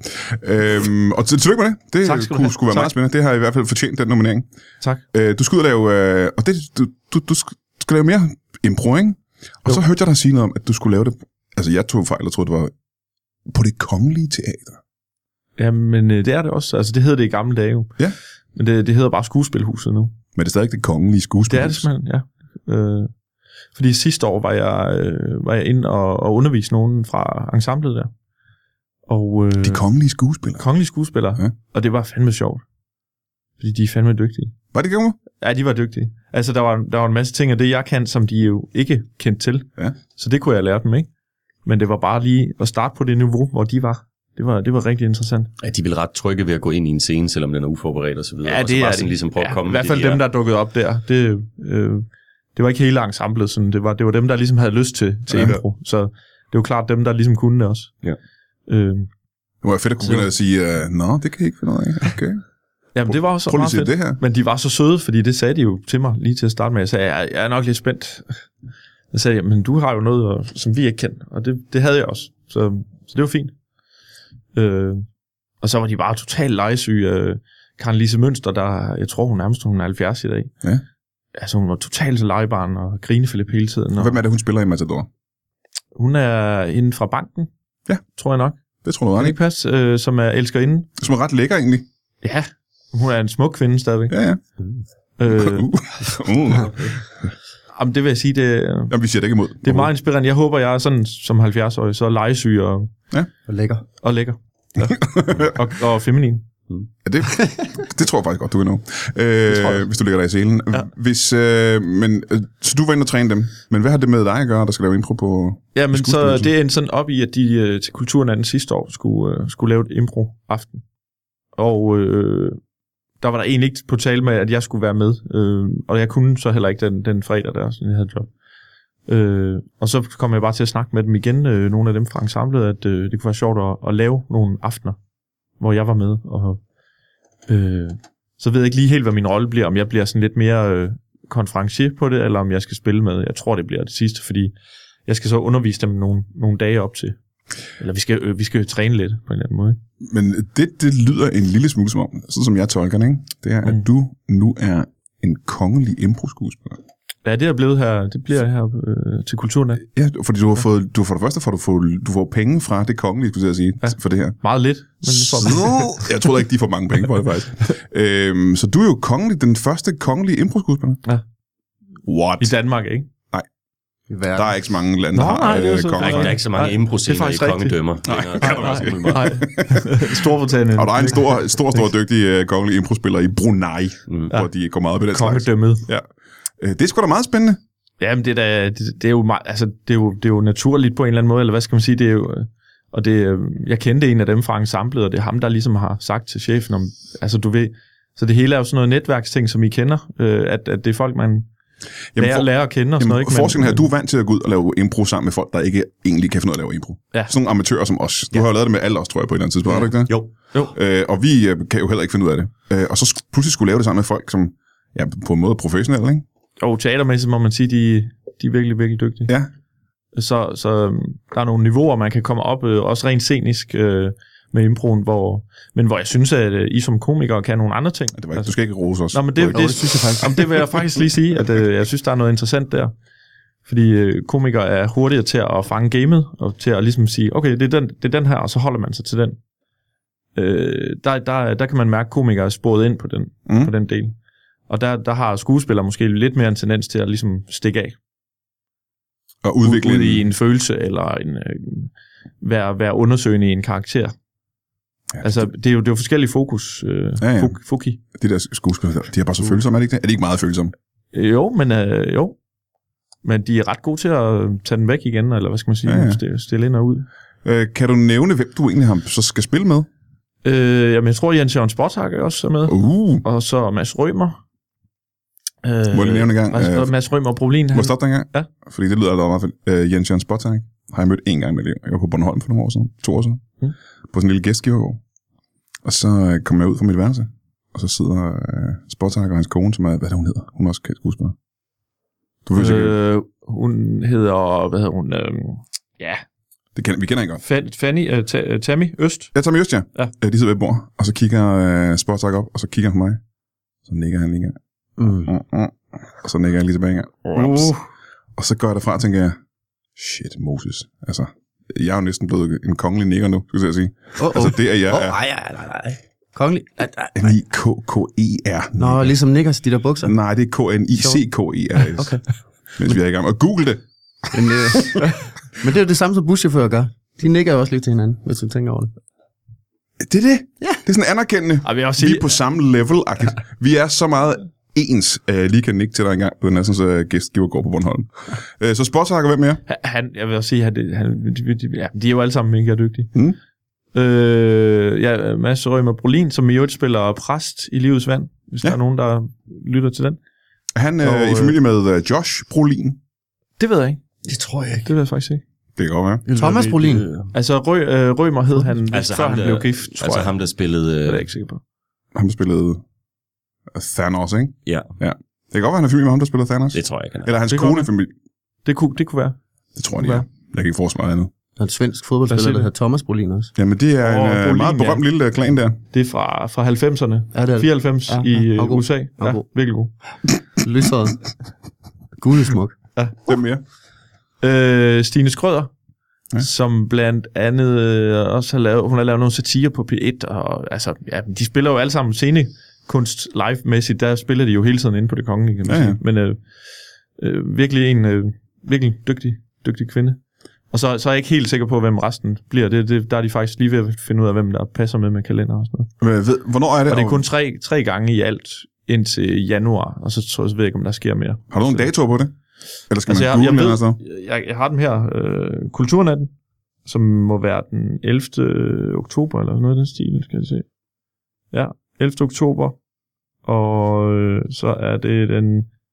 Og tillykke med det. Det skulle være meget spændende. Det har i hvert fald fortjent den nominering. Tak. Du skal ud og lave... og det, du skal lave mere impro, ikke? Og så hørte jeg dig sige noget om, at du skulle lave det... Altså, jeg tog fejl og troede, det var på Det Kongelige Teater. Jamen, det er det også. Altså, det hedder det i gamle dage jo. Ja. Men det hedder bare Skuespilhuset nu. Men det er stadig Det Kongelige Skuespilhus. Det er det simpelthen, ja. Fordi sidste år var jeg inde og undervise nogen fra ensemblet der. Og, de kongelige skuespillere? Kongelige skuespillere, ja. Og det var fandme sjovt. Fordi de er fandme dygtige. Var det godt? Ja, de var dygtige. Altså, der var en masse ting af det, jeg kan, som de jo ikke kendte til. Ja. Så det kunne jeg lære dem, ikke? Men det var bare lige at starte på det niveau, hvor de var. Det var rigtig interessant. Ja, de vil ret trygge ved at gå ind i en scene, selvom den er uforberedt og så videre. Ja, det og så er sådan ligesom prøve at komme i hvert fald dem, der dukkede op der. Det var ikke hele ensemblet, sådan. Det var dem, der ligesom havde lyst til impro. Så det var klart dem, der ligesom kunne det også. Ja. Det var fedt at kunne begynde at sige, nå, det kan I ikke finde ud af. Okay. Jamen, det var også meget fedt. Det her. Men de var så søde, fordi det sagde de jo til mig lige til at starte med. Jeg sagde, jeg er nok lidt spændt. Jeg sagde, men du har jo noget, som vi ikke kender. Og det havde jeg også. Så det var fint. Og så var de bare totalt legesyge. Karen Lise Mønster, der, jeg tror hun er 70 i dag. Ja. Altså hun var totalt legebarn og grinefælde hele tiden. Og hvem er det, hun spiller i Matador? Hun er inden fra banken. Ja. Tror jeg nok. Det tror du ikke passe, som er elskerinde. Som er ret lækker egentlig. Ja, hun er en smuk kvinde stadigvæk. Ja. Jamen, det vil jeg sige, det... Jamen, vi siger det ikke imod. Det er meget inspirerende. Jeg håber, jeg er sådan som 70-årig, så legesyg og lækker. Og lækker. Ja. og feminin. Ja, det tror jeg faktisk godt, du kan nå. Hvis du ligger der i selen. Ja. Så du var inde og træne dem. Men hvad har det med dig at gøre, der skal lave impro på... Ja, men så det er sådan op i, at de til Kulturen af den sidste år skulle lave et impro-aften. Og der var der egentlig ikke på tale med, at jeg skulle være med. Og jeg kunne så heller ikke den fredag der, sådan jeg havde job. Og så kom jeg bare til at snakke med dem igen, nogle af dem fra ensemblet, at det kunne være sjovt at lave nogle aftener, hvor jeg var med. Og så ved jeg ikke lige helt, hvad min rolle bliver, om jeg bliver sådan lidt mere konferencier på det, eller om jeg skal spille med. Jeg tror, det bliver det sidste, fordi jeg skal så undervise dem nogle dage op til. Eller vi skal træne lidt på en eller anden måde. Men det lyder en lille smule som om, sådan som jeg tolker det, ikke? Det er, at du nu er en kongelig impro-skuespiller. Ja, det er blevet her. Det bliver her til Kulturnet. Ja, fordi du har fået, for det første du får penge fra det kongelige, skulle jeg sige, for det her. Meget lidt. Men jeg tror ikke, de får mange penge for det, faktisk. Så du er jo kongelig, den første kongelige impro-skuespiller. Ja. What? I Danmark, ikke? Nej. Der er ikke så mange lande, der har konger. Der er ikke så mange impro-scener i kongedømmer. Nej. Storbritannien. Og der er en stor dygtig kongelig impro-spiller i Brunei, hvor de går meget op i den slags. Kongedømmet. Ja. Det er sgu da meget spændende. Jamen, det er jo meget, altså, det er jo naturligt på en eller anden måde, eller hvad skal man sige, det er jo, og det, jeg kendte en af dem fra ensemblet, og det er ham, der ligesom har sagt til chefen om, altså du ved, så det hele er jo sådan noget netværksting, som I kender, at det er folk, man lærer at kende og sådan noget. Ikke? Forskellen her, du er vant til at gå ud og lave impro sammen med folk, der ikke egentlig kan finde ud af at lave impro. Ja. Sådan nogle amatører som os. Du har jo lavet det med alle os, tror jeg, på et eller andet tidspunkt, har du ikke det? Jo. Og vi kan jo heller ikke finde ud af det. Og så pludselig skulle lave det sammen med folk, som på en måde er professionelle, ikke? Og teatermæssigt må man sige, de er virkelig, virkelig dygtige. Ja. Så der er nogle niveauer, man kan komme op, også rent scenisk med improen, hvor jeg synes, at I som komikere kan nogle andre ting. Ja, det var ikke, du skal ikke rose os. Nå, men det synes jeg faktisk. Det vil jeg faktisk lige sige, at jeg synes, der er noget interessant der. Fordi komikere er hurtigere til at fange gamet, og til at ligesom sige, okay, det er den her, og så holder man sig til den. Der kan man mærke, at komikere er sporet ind på den del. Og der har skuespillere måske lidt mere en tendens til at ligesom stikke af. Og udvikle ud i en følelse, eller være undersøgende i en karakter. Ja, altså, det er jo forskellige fokus. Foki. De der skuespillere, de er bare så følsomme, er det ikke det? Er de ikke meget følsomme? Jo. Men de er ret gode til at tage den væk igen, eller hvad skal man sige, stille ind og ud. Kan du nævne, hvem du egentlig så skal spille med? Jamen, jeg tror, Jens Jørgen Sporthakke også er med. Og så Mads Rømer. Må jeg nævne en gang? Mads Rømer og Brolin. Må jeg stoppe den gang? Ja. Fordi det lyder allerede meget fedt. Jens Jørgen Sporthakke har jeg mødt en gang med det. Jeg var på Bornholm for nogle år siden. 2 år siden. På sådan en lille gæstgivergård. Og så kom jeg ud fra mit værelse. Og så sidder Sporthakke og hans kone, som er, hvad hun hedder. Hun er også skuespiller. Du ved sikkert. Hun hedder, hvad hedder hun? Ja. Vi kender ikke godt. Tammy Øst. Ja, Tammy Øst, ja. De sidder ved et bord, og så kigger Sporthakke op, og så kigger han på mig. Så nikker han lige. Og så nikker jeg lige tilbage. Og så går jeg derfra og tænker jeg, shit, Moses. Altså, jeg er jo næsten blevet en kongelig nikker nu, skulle jeg sige. Altså, det er jeg er. Nej. Kongelig? N-I-K-K-E-R. Nå, ligesom nikkers, de der bukser? Nej, det er K-N-I-C-K-E-R. Okay. Mens vi er i gang med at google det. Men det er jo det samme, som buschauffører gør. De nikker jo også lidt til hinanden, hvis du tænker over det. Det er det? Ja. Det er sådan anerkendende. Vi er på samme level. Vi er så meget ens, lige kan nikke til dig engang, på den her sådan, gæstgivergård på Bornholm. Så Sporthakke, hvem mere? Jeg vil også sige, at de er jo alle sammen mega dygtige. Mads Rømer Brolin, som i øvrigt spiller præst i Livets Vand, hvis der er nogen, der lytter til den. Han er i familie med Josh Brolin. Det ved jeg ikke. Det tror jeg ikke. Det ved jeg faktisk ikke. Det kan godt være. Thomas Brolin. Altså Rømer hed han, før han blev gift, tror jeg. Altså ham, der spillede... Det er jeg ikke sikker på. Ham, der spillede Thanos, ikke? Ja. Det kan godt være, han er familie med ham, der spiller Thanos. Det tror jeg ikke. Eller hans kone familie. Det kunne være. Det tror jeg, det er. Jeg kan ikke forestille mig andet. Der er en svensk fodboldspiller, der hedder Thomas Brolin også. Jamen, det er en meget berømt lille klan der. Det er fra 90'erne. Ja, det er 94 i USA. Ja, virkelig god. Lyseret. Gudesmuk. Ja. Hvem mere? Stine Skrøder, som blandt andet også har lavet nogle satire på P1, og altså, de spiller jo alle sammen scenekunst live-mæssigt, der spiller de jo hele tiden inde på Det Kongelige, kan man sige. Men virkelig en virkelig dygtig kvinde. Og så er jeg ikke helt sikker på, hvem resten bliver. Der er de faktisk lige ved at finde ud af, hvem der passer med kalender og sådan noget. Hvornår er det? Og det er kun 3 gange i alt indtil januar, og så tror jeg ved ikke, om der sker mere. Har du nogle datoer på det? Eller skal man google eller så? Jeg har dem her. Kulturnatten, som må være den 11. oktober, eller noget af den stil, skal jeg se. Ja, 11. oktober. Og så er det den...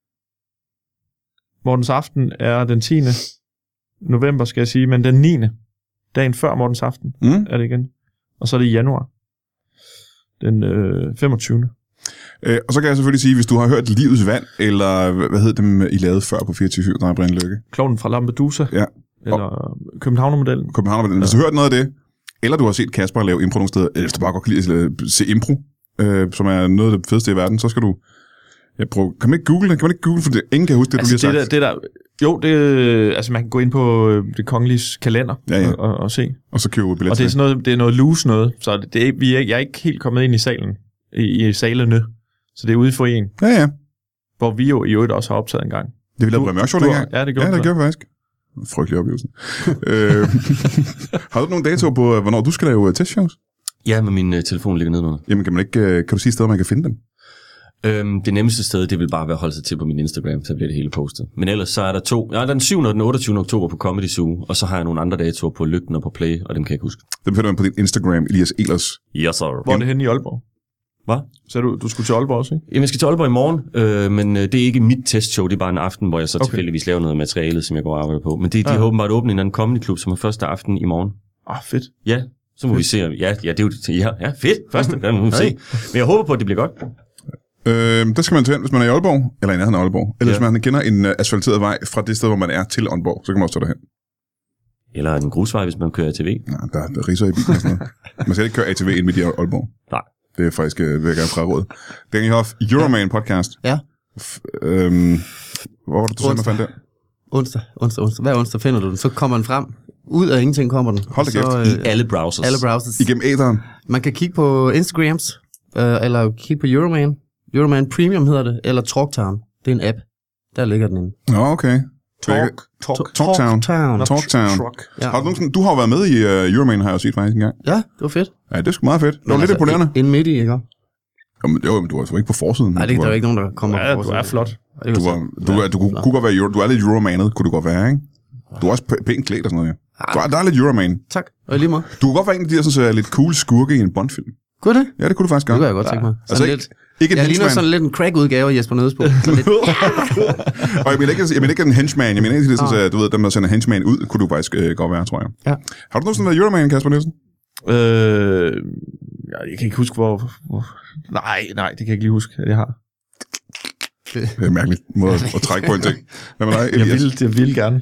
Mortens Aften er den 10. november, skal jeg sige, men den 9. dagen før Mortens Aften er det igen. Og så er det i januar. Den 25. Og så kan jeg selvfølgelig sige, hvis du har hørt Livets Vand, eller hvad hed dem, I lavede før på 24/7, der er Brian Lykke? Klovnen fra Lampedusa. Ja. Eller Københavnermodellen. Københavnermodellen. Hvis du har hørt noget af det, eller du har set Kasper lave impro nogle steder, eller hvis du bare godt kan lide at se impro, som er noget af det fedeste i verden, så skal du prøve. Kan man ikke google det? For det, ingen kan huske det, altså, du lige har sagt. Altså man kan gå ind på det kongelige kalender og se. Og så købe billetter. Og det er sådan noget, det er noget loose noget, så jeg er ikke helt kommet ind i salen, i salene, så det er ude for en. Ja. Hvor vi jo i øvrigt også har optaget en gang. Det vi lavede Brian Mørk Show dengang. Ja, det gjorde vi faktisk. Frygtelig oplevelse. Har du nogle datoer på, hvornår du skal lave testshows? Ja, men min telefon ligger nedenunder. Jamen, kan du sige steder, man kan finde dem? Det nemmeste sted, det vil bare være at holde sig til på min Instagram, så bliver det hele postet. Men ellers så er der den 7. og den 28. oktober på Comedy Zoo, og så har jeg nogle andre datoer på Lygten og på Play, og dem kan jeg ikke huske. Dem finder man på din Instagram, Elias Ehlers. Yes, sir. Hvor er det henne i Aalborg? Hvad? Så du skulle til Aalborg også, ikke? Jamen, jeg skal til Aalborg i morgen, men det er ikke mit testshow, det er bare en aften, hvor jeg så tilfældigvis laver noget materiale, som jeg går og arbejder på. Men de har åbenbart åbnet en anden comedy klub, som er første aften i morgen. Fedt. Ja, så må vi se. Ja, det er jo fedt. Første, der må vi se. Men jeg håber på, at det bliver godt. Der skal man tage hen, hvis man er i Aalborg, eller i nærheden af Aalborg. Eller hvis man kender en asfalteret vej fra det sted, hvor man er til Aalborg, så kan man også tage derhen. Eller en grusvej, hvis man kører ATV. Nej, der er riser i bilen og sådan noget. Man skal ikke køre ATV ind midt i Aalborg. Nej. Det er faktisk, vil jeg gerne fraråde. Daniel Hoff, Euroman podcast. Ja. Hvor var det, du selv fandt den? Onsdag. Hver onsdag finder du den. Så kommer den frem. Ud af ingenting kommer den. Hold da kæft. I alle browsers. Igennem æderen. Man kan kigge på Instagrams, eller kigge på Euroman. Euroman Premium hedder det, eller Talktown. Det er en app. Der ligger den inde. Nå, okay. Talktown. Ja. Du har jo været med i Euroman, har jeg jo set faktisk engang. Ja, det var fedt. Ja, det er sgu meget fedt. Det var lidt imponerende. Inden midt i, ikke? Men du var altså ikke på forsiden. Nej, der er ikke nogen, der kommer på forsiden. Du er flot. Du kunne godt være du er lidt Euromanet, kunne du godt være, ikke? Du er også pænt klædt og sådan noget, ja. Der er lidt Euroman. Tak, og lige meget. Du kunne godt være en af de der sådan, lidt cool skurke i en Bond-film. Kunne det? Ja, det kunne du faktisk godt. Det kunne jeg godt tænke mig. Altså ikke en henchman. Jeg ligner sådan lidt en crack-udgave af Jesper Nødesbo. Og jeg mener ikke en henchman. Jeg mener ikke, det sådan, du ved, dem der sender henchman ud, kunne du faktisk godt være, tror jeg. Ja. Har du nogensinde været Euroman, Kasper Nielsen? Jeg kan ikke huske, hvor... Nej, det kan jeg ikke lige huske, at jeg har. Det er mærkeligt måde at trække på en ting. Hvad med dig? Jeg vil gerne.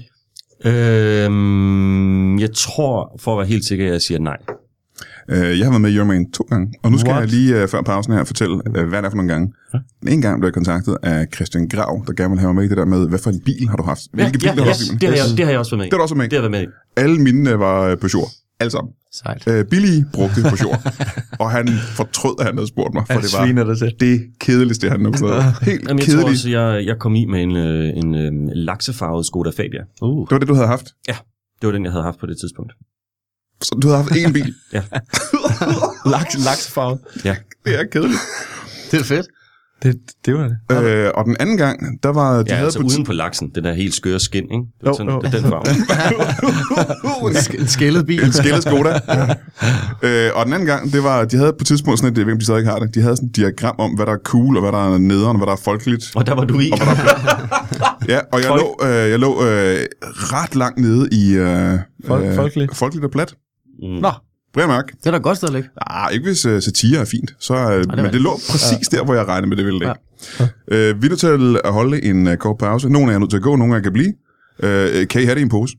Jeg tror, for at være helt sikker, at jeg siger nej. Jeg har været med i Euroman 2 gange, og nu skal jeg lige før pausen her fortælle, hvad det er for nogle gange. En gang blev jeg kontaktet af Christian Grav, der gerne vil have mig med i det der med, hvad for en bil har du haft? Hvilke biler har du haft? Det har jeg også været med i. Det har du også været med i? Det har jeg været med i. Alle mine var Peugeot. Alle sammen. Billige brugte Peugeot. Og han fortrød, at han havde spurgt mig, for det var det kedeligste, han nogensinde havde. Helt kedeligt. Jeg tror også, jeg kom i med en laksefarvet Skoda Fabia. Det var det, du havde haft? Ja, det var den, jeg havde haft på det tidspunkt. Så du havde haft én bil? Ja. Laksefarvet? Ja. Det er kedeligt. Det er fedt. Det var det. Og den anden gang, der var... De havde altså uden på laksen, den der helt skøre skin, ikke? Det var sådan, det den farve. En skældet bil. En skældet Skoda. Og den anden gang, det var... De havde på et tidspunkt sådan et... Jeg ved, om de stadig ikke har det. De havde sådan et diagram om, hvad der er cool, og hvad der er nederen, og hvad der er folkeligt. Og der var du i. Og ja, og jeg lå ret langt nede i... folkeligt og plat. Nå. Brian Mørk. Det er da godt stadigvæk. Ikke hvis satire er fint. Men det lå præcis der, hvor jeg regnede med, det ville ligge. Ja. Vi er nødt til at holde en kort pause. Nogle af jer er nødt til at gå, nogle af jer kan blive. Kan I have det i en pose?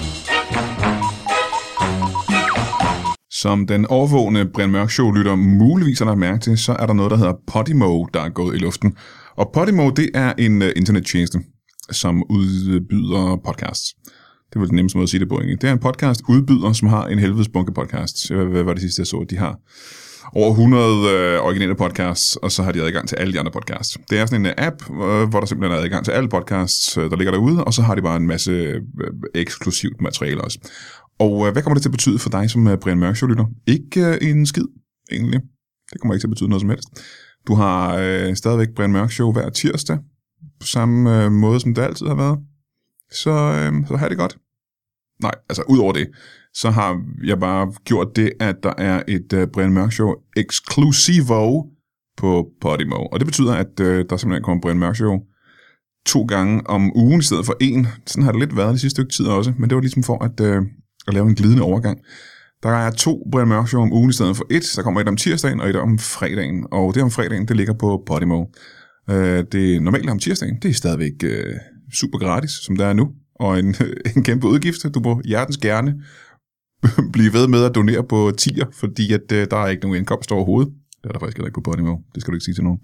Som den overvågende Brian Mørk Show-lytter muligvis har lagt mærke til, så er der noget, der hedder Podimo, der er gået i luften. Og Podimo, det er en internettjeneste, som udbyder podcasts. Det er vel den nemmeste måde at sige det på, egentlig. Det er en podcast-udbyder, som har en helvedes bunke podcasts. Hvad var det sidste, jeg så? De har over 100 originale podcasts, og så har de adgang til alle de andre podcasts. Det er sådan en app, hvor der simpelthen er adgang til alle podcasts, der ligger derude, og så har de bare en masse eksklusivt materiale også. Og hvad kommer det til at betyde for dig som Brian Mørk Show-lytter? Ikke en skid, egentlig. Det kommer ikke til at betyde noget som helst. Du har stadigvæk Brian Mørk Show hver tirsdag, på samme måde, som det altid har været. Så har det godt. Nej, altså ud over det, så har jeg bare gjort det, at der er et Brian Mørk Show Exclusivo på Podimo. Og det betyder, at der simpelthen kommer Brian Mørk Show 2 gange om ugen i stedet for 1. Sådan har det lidt været det sidste stykke tid også, men det var ligesom for at lave en glidende overgang. Der er 2 Brian Mørk Show om ugen i stedet for 1. Så kommer et om tirsdagen og et om fredagen. Og det om fredagen, det ligger på Podimo. Det normale om tirsdagen, det er stadigvæk super gratis, som det er nu. og en kæmpe udgift. Du må hjertens gerne blive ved med at donere på tier, fordi at, der er ikke nogen indkomst overhovedet. Det er der faktisk ikke på Podimo. Det skal du ikke sige til nogen.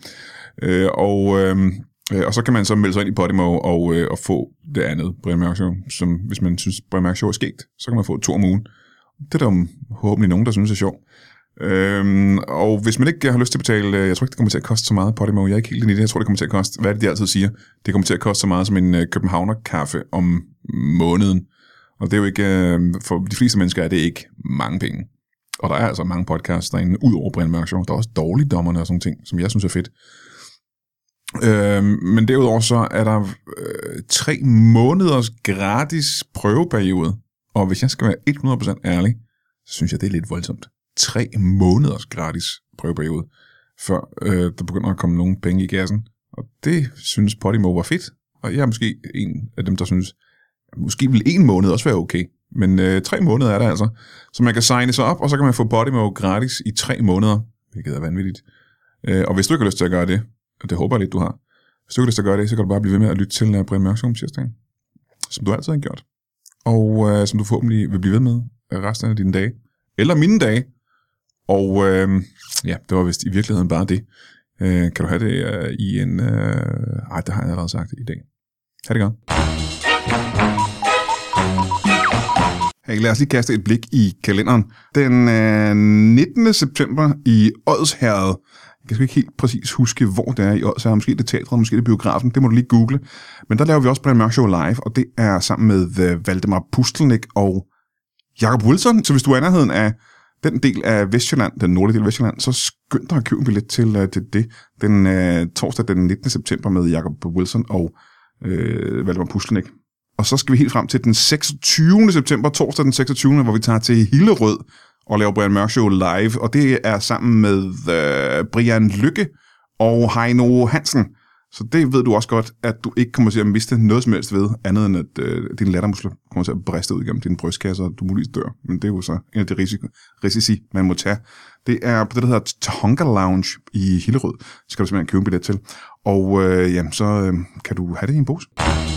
Og så kan man så melde sig ind i Podimo og få det andet Brian Mørk Show, som hvis man synes, Brian Mørk Show er skægt, så kan man få 2 om ugen. Det er der forhåbentlig nogen, der synes er sjovt. Og hvis man ikke har lyst til at betale, jeg tror ikke, det kommer til at koste så meget Podimo. Jeg er ikke helt inde i det. Jeg tror, det kommer til at koste, hvad er det, de altid siger? Det kommer til at koste så meget som en københavner-kaffe om måneden. Og det er jo ikke, for de fleste mennesker er det ikke mange penge. Og der er altså mange podcasts derinde, ud over Brian Mørk Show. Der er også dårligdommerne og sådan ting, som jeg synes er fedt. Men derudover så er der 3 måneders gratis prøveperiode. Og hvis jeg skal være 100% ærlig, så synes jeg, det er lidt voldsomt. 3 måneders gratis prøveperiode, før der begynder at komme nogle penge i kassen. Og det synes Podimo var fedt. Og jeg er måske en af dem, der synes, måske vil 1 måned også være okay. Men 3 måneder er der altså. Så man kan signe sig op, og så kan man få Podimo gratis i 3 måneder. Hvilket er vanvittigt. Og hvis du ikke har lyst til at gøre det, og det håber jeg lidt, du har. Hvis du ikke har lyst til at gøre det, så kan du bare blive ved med at lytte til Brian Mørk Show om tirsdagen. Som du altid har gjort. Og som du forhåbentlig vil blive ved med resten af dine dage. Eller mine dage. Og ja, det var vist i virkeligheden bare det. Kan du have det i en... Ej, det har jeg allerede sagt i dag. Ha' det godt. Hey, lad os lige kaste et blik i kalenderen. Den 19. september i Odsherred. Jeg skal ikke helt præcis huske, hvor det er i Odsherred. Måske det teatret, måske det biografen. Det må du lige google. Men der laver vi også Brian Mørk Show live, og det er sammen med Valdemar Pustelnik og Jacob Wilson. Så hvis du er i nærheden af den del af Vestjylland, den nordlige del af Vestjylland, så skynd dig at købe en billet til det. Den torsdag den 19. september med Jacob Wilson og Valdemar Pustelnik. Og så skal vi helt frem til den 26. september, torsdag den 26. hvor vi tager til Hillerød og laver Brian Mørk Show live. Og det er sammen med Brian Lykke og Heino Hansen. Så det ved du også godt, at du ikke kommer til at miste noget som helst ved, andet end at dine lattermuskler kommer til at briste ud igennem din brystkasse, og du muligvis dør. Men det er jo så en af de risici, man må tage. Det er på det, der hedder Tonga Lounge i Hillerød. Det skal du simpelthen købe en billet til. Og jamen, så kan du have det i en pose.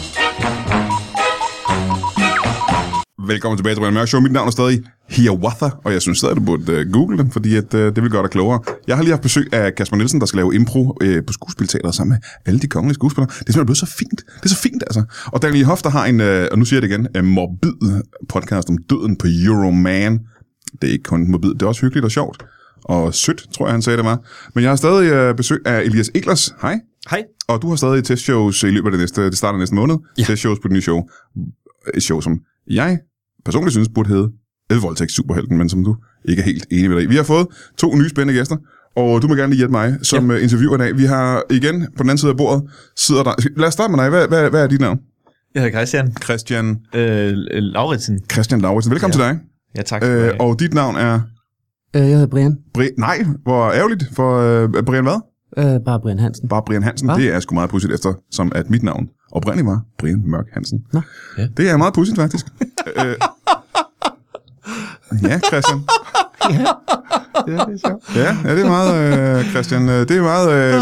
Velkommen tilbage til Brian Mørk Show. Mit navn er stadig Hiawatha, og jeg synes stadig, du burde google den, fordi at, det vil gøre dig klogere. Jeg har lige haft besøg af Kasper Nielsen, der skal lave impro på skuespilteateret sammen med alle de kongelige skuespillere. Det er simpelthen blevet så fint. Det er så fint, altså. Og Daniel Hoff, der har en, og nu siger jeg det igen, en morbid podcast om døden på Euroman. Det er ikke kun morbid, det er også hyggeligt og sjovt. Og sødt, tror jeg, han sagde det var. Men jeg har stadig besøg af Elias Eglers. Hej. Hej. Og du har stadig testshows i løbet af det starter næste måned. Ja. Testshows på det nye show. Et show, som jeg personligt synes burde hedde Voldtægt Superhelten, men som du ikke er helt enig med dig i. Vi har fået 2 nye spændende gæster, og du må gerne lige hjælpe mig som interviewer i dag. Vi har igen på den anden side af bordet sidder der... Lad os starte med dig. Hvad er dit navn? Jeg hedder Christian. Christian... Lauritsen. Christian Lauritsen. Velkommen til dig. Ja, tak skal du have. Og dit navn er... Jeg hedder Brian. Nej, hvor ærgerligt. For Brian hvad? Bare Brian Hansen. Bare Brian Hansen. Det er sgu meget pudsigt efter, som at mit navn oprindeligt var Brian Mørk Hansen. Nå. Ja. Det er meget pudsigt faktisk. Ja, Christian. Ja, det er sjovt. Ja, det er meget, Christian. Det er meget...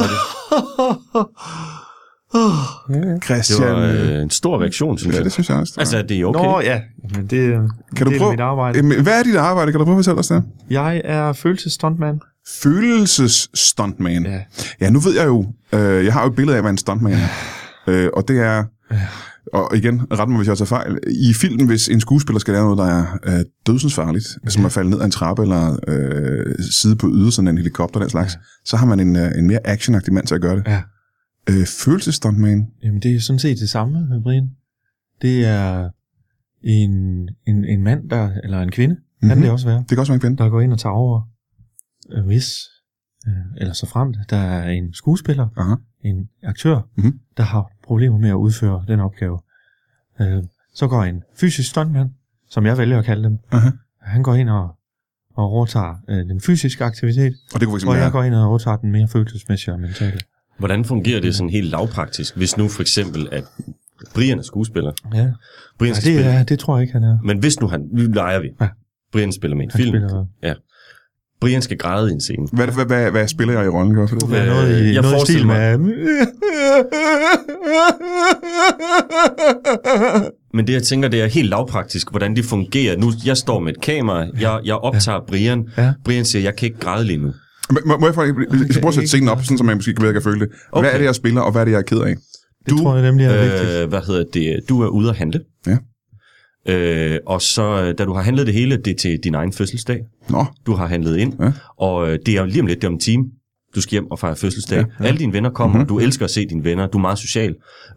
Christian. Det var en stor reaktion, synes jeg. Ja, det synes jeg også. Altså, det er okay. Nå, ja. Men det kan du prøve, mit arbejde. Hvad er dit arbejde? Kan du prøve at fortælle os det? Jeg er følelsesstuntman. Følelsesstuntman? Ja. Ja, nu ved jeg jo... jeg har jo et billede af, hvad en stuntman er. Og det er... Og igen, ret mig, hvis jeg tager fejl. I filmen, hvis en skuespiller skal lave noget, der er dødsensfarligt, som at falde ned af en trappe, eller sidde på ydersiden af en helikopter, den slags, så har man en mere actionagtig mand til at gøre det. Ja. Følelsesstuntman? Jamen, det er sådan set det samme, Brian. Det er en mand, eller en kvinde, kan det også være. Det kan også være en kvinde. Der går ind og tager over, hvis, eller så fremt, der er en skuespiller, en aktør, der har problemer med at udføre den opgave. Så går en fysisk stuntman, som jeg vælger at kalde dem. Han går ind og overtager den fysiske aktivitet, og det kunne og jeg går ind og overtager den mere følelsesmæssige og mentale. Hvordan fungerer det sådan helt lavpraktisk, hvis nu for eksempel, at Brian er skuespiller? Ja, det tror jeg ikke, han er. Men hvis nu nu leger vi. Ja. Brian spiller med en film. Ja. Brian skal græde i en scene. Hvad spiller jeg i rollen? Gør for det? Noget i stil med... Men det, jeg tænker, det er helt lavpraktisk, hvordan det fungerer. Nu, jeg står med et kamera, jeg optager Brian. Ja. Brian siger, jeg kan ikke græde lige nu. Må jeg prøve at sætte scenen op, sådan, så man måske kan føle det. Okay. Hvad er det, jeg spiller, og hvad er det, jeg er ked af? Det tror jeg nemlig er vigtigt. Du er ude at handle. Ja. Og så, da du har handlet det hele, det er til din egen fødselsdag. Nå. Du har handlet ind, og det er lige om lidt, det er om en time. Du skal hjem og fejre fødselsdag. Ja. Alle dine venner kommer, og du elsker at se dine venner. Du er meget social.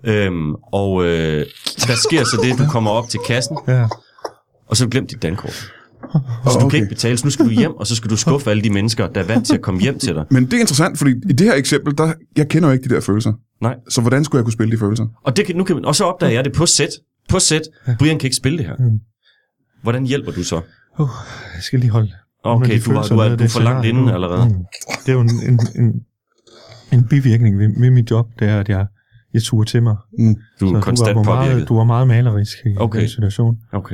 Der sker så det, du kommer op til kassen, og så har du glemt dit dankort. Så du kan ikke betale, så nu skal du hjem, og så skal du skuffe alle de mennesker, der er vant til at komme hjem til dig. Men det er interessant, fordi i det her eksempel, jeg kender jo ikke de der følelser. Nej. Så hvordan skulle jeg kunne spille de følelser? Og så opdager jeg det på sæt. Brian kan ikke spille det her. Hvordan hjælper du så? Jeg skal lige holde. Okay, du er for langt inde allerede. Det er jo en bivirkning ved mit job, det er, at jeg turer til mig. Du er konstant påvirket. Du var meget malerisk i den situation. Okay.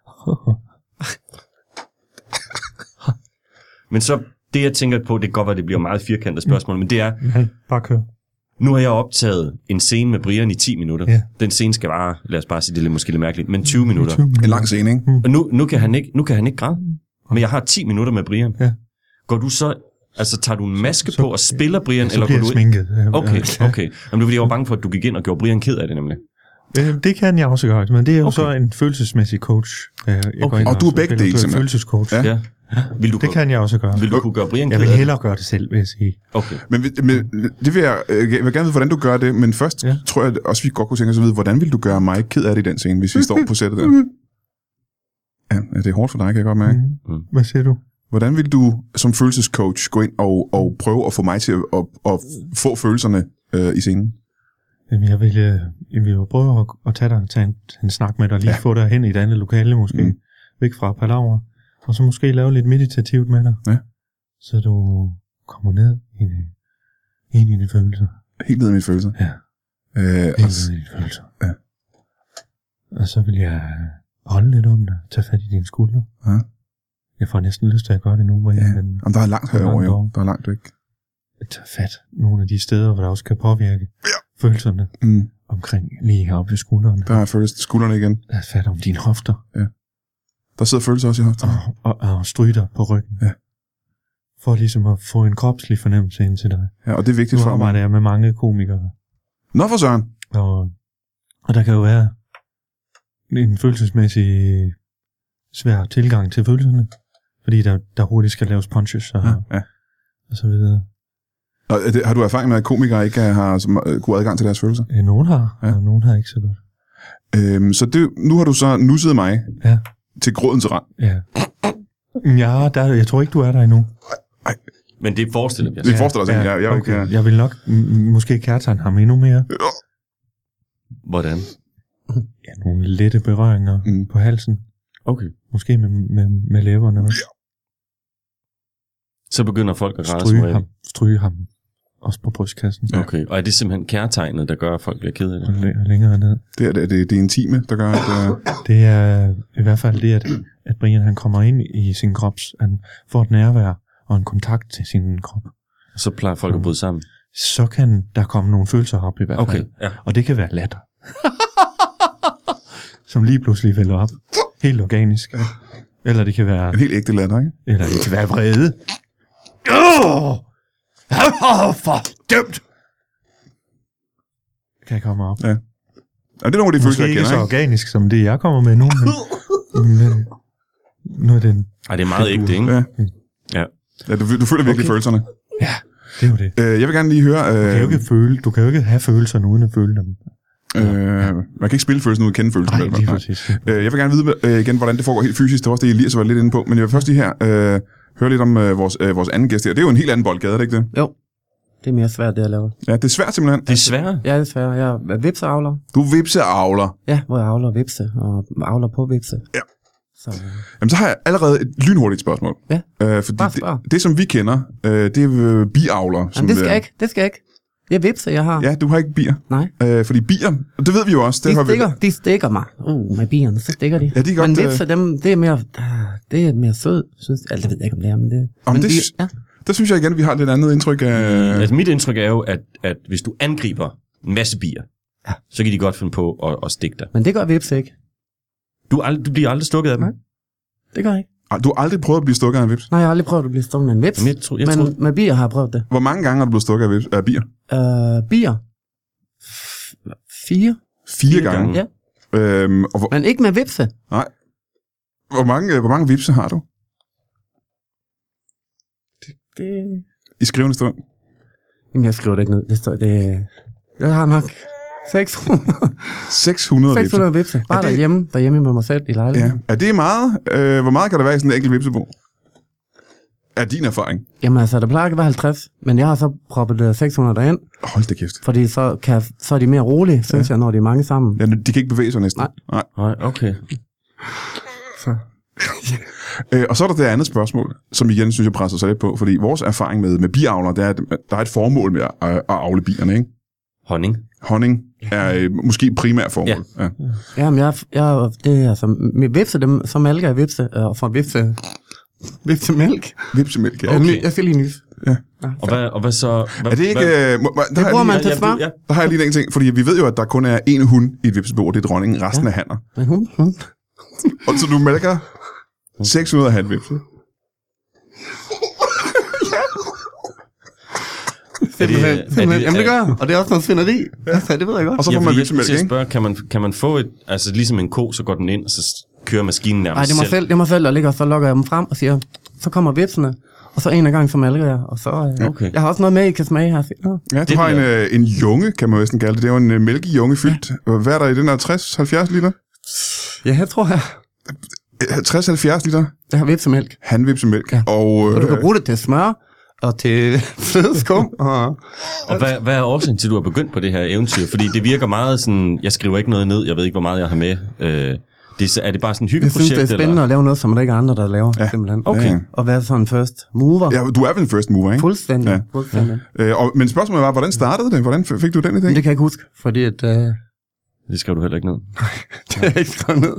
Men så, det jeg tænker på, det kan godt være, det bliver meget firkantet spørgsmål, men det er... Bare kør. Nu har jeg optaget en scene med Brian i 10 minutter. Ja. Den scene skal vare, lad os bare sige, det er måske lidt mærkeligt, men 20 minutter. En lang scene, ikke? Og nu kan han ikke græde. Men jeg har 10 minutter med Brian. Ja. Går du så... Altså, tager du en maske på og spiller Brian, eller går du sminket. Okay. Jamen, det er fordi, jeg var bange for, at du gik ind og gjorde Brian ked af det, nemlig. Det kan jeg også gøre, men det er jo så en følelsesmæssig coach. Og du er begge dele, simpelthen. Følelsescoach. Ja. Det kan jeg også gøre. Vil du kunne gøre Brian ked af det? Jeg vil hellere det? gøre det selv, vil jeg sige. Okay. Men det vil jeg vil gerne vide, hvordan du gør det, men først tror jeg også, vi godt kunne tænke os at vide, hvordan vil du gøre mig ked af det i den scene, hvis vi står på sættet der? Ja, det er hårdt for dig, kan jeg godt mærke. Hvad siger du? Hvordan vil du som følelsescoach gå ind og prøve at få mig til at få følelserne i scenen? Jamen, jeg vil jo prøve at tage en snak med dig, lige få dig hen i et andet lokale måske, væk fra palaver, og så måske lave lidt meditativt med dig, så du kommer ned i dine følelser. Helt ned i mine følelser? Ja. Helt ned i dine følelser. Ja. Og så vil jeg holde lidt om dig, tage fat i dine skuldre. Ja. Jeg får næsten lyst til at gøre det nu, hvor Jamen, der er langt herover jo. Der er langt væk. Tag fat nogle af de steder, hvor der også kan påvirke følelserne omkring lige heroppe ved skuldrene. Der er skuldrene igen. Tag fat om dine hofter. Ja. Der sidder følelser også i hofterne. Og stryge dig på ryggen. Ja. For ligesom at få en kropslig fornemmelse ind til dig. Ja, og det er vigtigt for mig. Nu arbejder jeg med mange komikere. Nå for søren. Og der kan jo være en følelsesmæssig svær tilgang til følelserne. Fordi der hurtigt skal laves punches og så videre. Og har du erfaring med, at komikere ikke har god adgang til deres følelser? Ja, nogen har, og nogen har ikke så godt. Så nu har du så nusset mig til grådens rand. Ja. Jeg tror ikke, du er der endnu. Nej. Men det forestiller jeg. Det forestiller sig. Okay. Jeg vil nok måske kærtegne ham endnu mere. Hvordan? Ja, nogle lette berøringer på halsen. Okay. Måske med læberne også. Ja. Så begynder folk at græde. Stryge ham. Også på brystkassen. Ja. Okay, og er det simpelthen kærtegnet, der gør, at folk bliver ked af det? Længere ned. Det er intime, der gør, at... Det er i hvert fald det, at Brian han kommer ind i sin krop, han får et nærvær og en kontakt til sin krop. Så plejer folk at bryde sammen? Så kan der komme nogle følelser op i hvert fald. Ja. Og det kan være latter. Som lige pludselig vælger op. Helt organisk. Ja. Eller det kan være... En helt ægte latter, ikke? Eller det kan være vrede. Fordømt! Kan jeg komme op? Ja. Og det er nogle af de følelser, jeg kender, ikke? så organisk som det, jeg kommer med nu, men nu er den... Ej, det er meget ægte, ikke? Ja, du føler virkelig følelserne. Ja, det er jo det. Jeg vil gerne lige høre... Du kan jo ikke have følelserne uden at føle dem. Man kan ikke spille følelsen uden at kende følelsen. Nej, lige præcis. Jeg vil gerne vide igen, hvordan det foregår helt fysisk. Det var også det, Elias var lidt inde på. Men jeg vil først lige her høre lidt om vores anden gæst her. Det er jo en helt anden boldgade, er det ikke det? Jo. Det er mere svært, det jeg laver. Ja, det er svært simpelthen. Det er svært? Ja, det er svært. Jeg er vipseavler. Du er vipseavler? Ja, hvor jeg avler vipse og avler på vipse. Ja. Jamen, så har jeg allerede et lynhurtigt spørgsmål. Ja, fordi det, som vi kender, det er biavler. Jamen, det skal jeg ikke. Det er vipse, jeg har. Ja, du har ikke bier. Nej. Fordi bier, det ved vi jo også. De stikker mig. Med bierne, så stikker de. Ja, de er godt, men vipse, dem, det er mere sød, synes jeg. Altså, det ved jeg ikke, om det er, men det... Der synes jeg igen, at vi har et lidt andet indtryk af... Altså, mit indtryk er jo, at hvis du angriber en masse bier, så kan de godt finde på at stikke dig. Men det gør vipse ikke. Du bliver aldrig stukket af dem? Nej, det gør jeg ikke. Du har aldrig prøvet at blive stukket af en vips? Nej, jeg har aldrig prøvet at blive stukket af en vips. Men med bier har jeg prøvet det. Hvor mange gange har du blevet stukket af bier? Bier? 4. 4 gange? Ja. Men ikke med vipse. Nej. Hvor mange vipse har du? Det... I skrivende stund? Jamen, jeg skriver det ikke ned. Det står, jeg har nok 600 vipse. Bare derhjemme med mig selv i lejligheden. Ja. Er det meget? Hvor meget kan der være i sådan en enkelt vipsebo? Er din erfaring? Jamen altså, der plejer ikke at være 50, men jeg har så proppet 600 derind. Hold da kæft. Fordi så er de mere rolige, synes jeg, når de er mange sammen. Ja, de kan ikke bevæge sig næsten. Nej, okay. Så. Og så er der det andet spørgsmål, som igen synes jeg presser sig lidt på, fordi vores erfaring med biavler, det er, at der er et formål med at avle bierne, ikke? Honning er måske primært formål. Ja. Jamen, det er altså, med vipse, dem, så malker jeg vipse, og får vipsemælk. Vipsemælk, ja. Okay. Jeg skal lige nys. Ja. Og hvad så? Er det ikke... det bruger man til smør. Der har jeg lige en ting, fordi vi ved jo, at der kun er én hund i et vipsebo, og det er dronningen, resten er hanner. Men hund. Og så du mælker 600 hanvipse. Jamen det gør jeg, og det er også noget svineri. Ja, det ved jeg godt. Og så får man vipsemælk, ikke? Kan man få et... Altså ligesom en ko, så går den ind, og så kører maskinen nærmest selv? Nej, det er mig selv, der ligger, og så lukker jeg dem frem og siger, så kommer vipsene, og så en af gangen, så malker jeg, og så... Okay. Jeg har også noget med, I kan smage her. Ja, du har en junge, kan man næsten kalde det. Det er jo en mælkejunge fyldt. Hvad er der i den her 60-70 liter? Ja, jeg tror jeg. 60-70 liter? Det har vipsemælk. Hanvipsemælk. Ja. Og du kan bruge det til smør, og til flødeskum. Og hvad er årsagen til, at du har begyndt på det her eventyr? Fordi det virker meget sådan, jeg skriver ikke noget ned, jeg ved ikke, hvor meget jeg har med. Er det bare sådan en hyggeprojekt? Jeg synes, det er spændende at lave noget, som der ikke er andre, der laver. Simpelthen. Okay. Ja. Og være sådan en first mover. Ja, du er vel en first mover, ikke? Fuldstændig. Ja. Men spørgsmålet var, hvordan startede det? Hvordan fik du den idé? Det kan jeg ikke huske, fordi at... Det skrev du heller ikke ned. Nej, det har jeg ikke skrevet ned.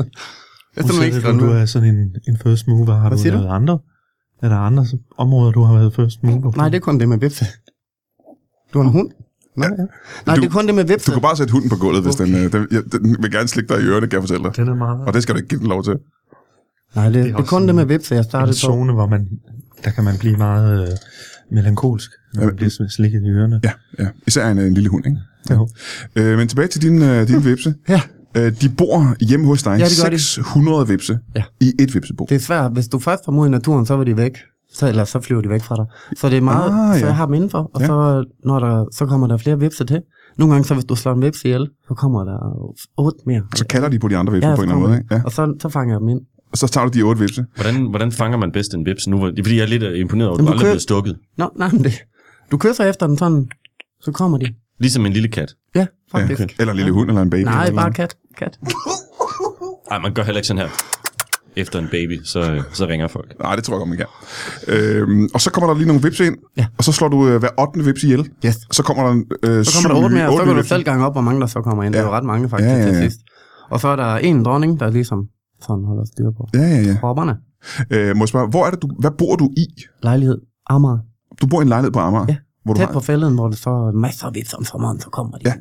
Du er sådan en first mover. Har du noget andre? Er der andre områder, du har været first mover på? Nej, det er kun det med vipse. Du er en hund? Nej, det er kun det med vipse. Du kan bare sætte hunden på gulvet, hvis den vil gerne slikke dig i ørerne, kan jeg fortælle dig. Den er meget... Og det skal du ikke give den lov til. Nej, det er kun det med vipse, jeg startede på. En zone, hvor der kan man blive meget melankolsk, når man bliver slikket i ørerne. Ja. Især en lille hund, ikke? Ja. Men tilbage til din vipse. Ja. De bor hjemme hos dig, 600 vipse i et vipsebo. Det er svært. Hvis du først får mod i naturen, så var de væk. Så flyver de væk fra dig. Så det er meget, så jeg har dem indenfor, og så kommer der flere vipse til. Nogle gange, så hvis du slår en vipse ihjel, så kommer der 8 mere. Og så kalder de på de andre vipse på en eller anden måde, ikke? Ja. Og så fanger jeg dem ind. Og så tager du de 8 vipse. Hvordan fanger man bedst en vipse nu? Det er fordi, jeg er lidt imponeret over, at du aldrig er blevet stukket. Nej, men du kysser efter den sådan, så kommer de. Ligesom en lille kat? Ja, faktisk. Ja. Eller en lille hund, eller en baby. Nej, bare kat. Ej, man gør heller ikke sådan her. Efter en baby, så ringer folk. Nej, det tror jeg godt, man kan. Og så kommer der lige nogle vipse ind, og så slår du hver 8. vipse ihjel. Yes. Så kommer der 8 mere, og så kan du selv gange op, hvor mange der så kommer ind. Det er jo ret mange faktisk til sidst. Og så er der en dronning, der ligesom sådan holder styr på hopperne. Må jeg spørge, hvad bor du i? Lejlighed. Amager. Du bor i en lejlighed på Amager? Ja. Tæt på fælden, hvor det så er masser af vipse om sommeren, så kommer de.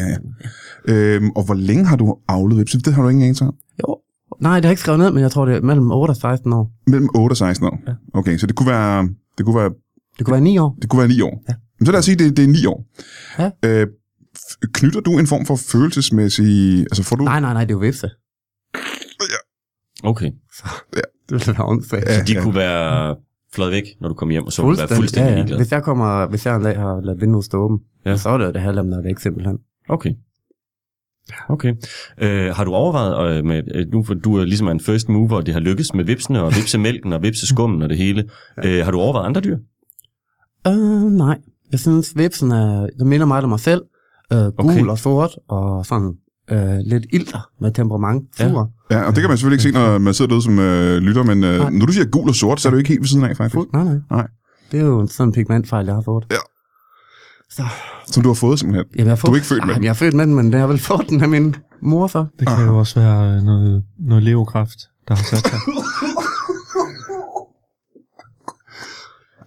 Ja. Og hvor længe har du avlet vipse? Det har du ingen anelse om? Jo. Nej, det har jeg ikke skrevet ned, men jeg tror, det er mellem 8 og 16 år. Mellem 8 og 16 år? Ja. Okay, så det kunne være... Det kunne være 9 år. Det kunne være 9 år. Ja. Men så lad os sige, det er 9 år. Ja. Knytter du en form for følelsesmæssig... Altså får du... Nej, det er jo vipse. Ja. Okay. Ja. Det er åndssvagt. Så de kunne være fløjet væk, når du kom hjem, og så være fuldstændig ligeglad. Hvis jeg en dag har ladet vinduet stå åben, så er det halvt om der er væk simpelthen. Okay. Har du overvejet, nu for du er ligesom en first mover, og det har lykkes med vipsene og vipsemælken og vipseskummen og det hele. Har du overvejet andre dyr? Nej. Jeg synes, vipsen det minder meget om mig selv. Gul og sort og sådan lidt ilter med temperament. Ja, og det kan man selvfølgelig ikke se, når man sidder derude som lytter, men når du siger gul og sort, så er du ikke helt ved siden af, faktisk. Nej. Det er jo sådan en pigmentfejl, jeg har fået. Ja. Som du har fået simpelthen? Jamen, du er ikke født med den? Jeg er født med den, men det har vel fået den af min mor så. Det kan jo også være noget leverkraft, der har sat sig.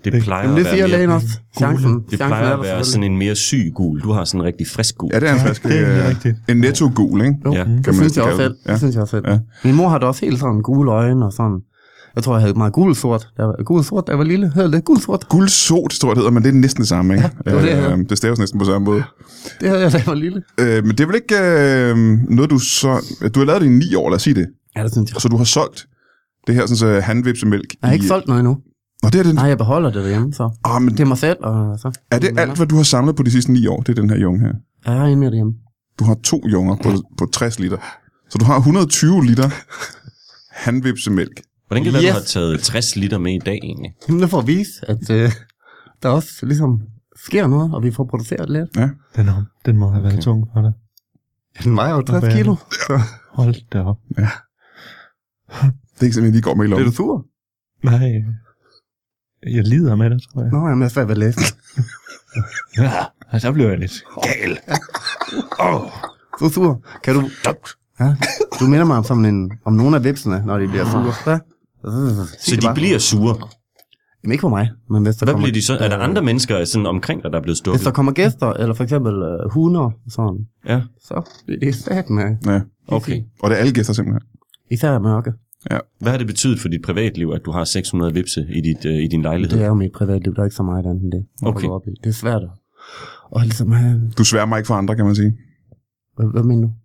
Det plejer at være mere gul. Det plejer at være sådan en mere syg gul. Du har sådan en rigtig frisk gul. Ja, det er en frisk. En netto gul, ikke? Jo, det synes jeg også selv. Det synes jeg også selv. Min mor havde også helt sådan gule øjne og sådan. Jeg tror, jeg havde meget gulsort. Gulsort, da jeg var lille. Hedder det gulsort? Gulsort, tror jeg det hedder, men det er næsten det samme, ikke? Ja, det staves næsten på samme måde. Det havde jeg, da jeg var lille. Men det er vel ikke noget, du så... Du har lavet det i 9 år, lad os sige det. Ja, det synes jeg. Så du har solgt det her sådan handvipsemælk. Jeg har ikke solgt noget endnu. Nå, det er det. Nej, jeg beholder det derhjemme, så. Men det er mig selv, og så. Er det alt, hvad du har samlet på de sidste 9 år? Det er den her junge her? Ja, jeg har en mere derhjemme. Du har 2 junger på 60 liter. Så du har 120 liter handvipsemælk. Hvordan kan det være, du har taget 60 liter med i dag egentlig? Jamen, det er for at vise, at der også ligesom sker noget, og vi får produceret lidt. Ja. Den må have været tung for dig. Den vejer jo 60 kilo. Så. Hold da op. Ja. Det er ikke simpelthen lige går med i lommen. Er du sur? Nej. Jeg lider med det, tror jeg. Nå, jeg er svært ved at læse. Ja, så blev jeg lidt gal. Så sur. Kan du... Ja, du minder mig om nogle af vipsene, når de bliver sure. Ja. Så de bliver sure? Jamen ikke for mig. Men hvis der hvad bliver de så? Er der andre mennesker sådan omkring dig, der er blevet stukket? Hvis der kommer gæster, eller for eksempel hunder, sådan, så bliver det sat med. Ja, okay. Og det er alle gæster simpelthen? Især mørke. Ja. Hvad har det betydet for dit privatliv, at du har 600 vipse i din lejlighed? Det er jo mit privatliv, der er ikke så meget andet end det. Okay. Det er svært at ligesom have... Du sværmer ikke for andre, kan man sige. Hvad mener du?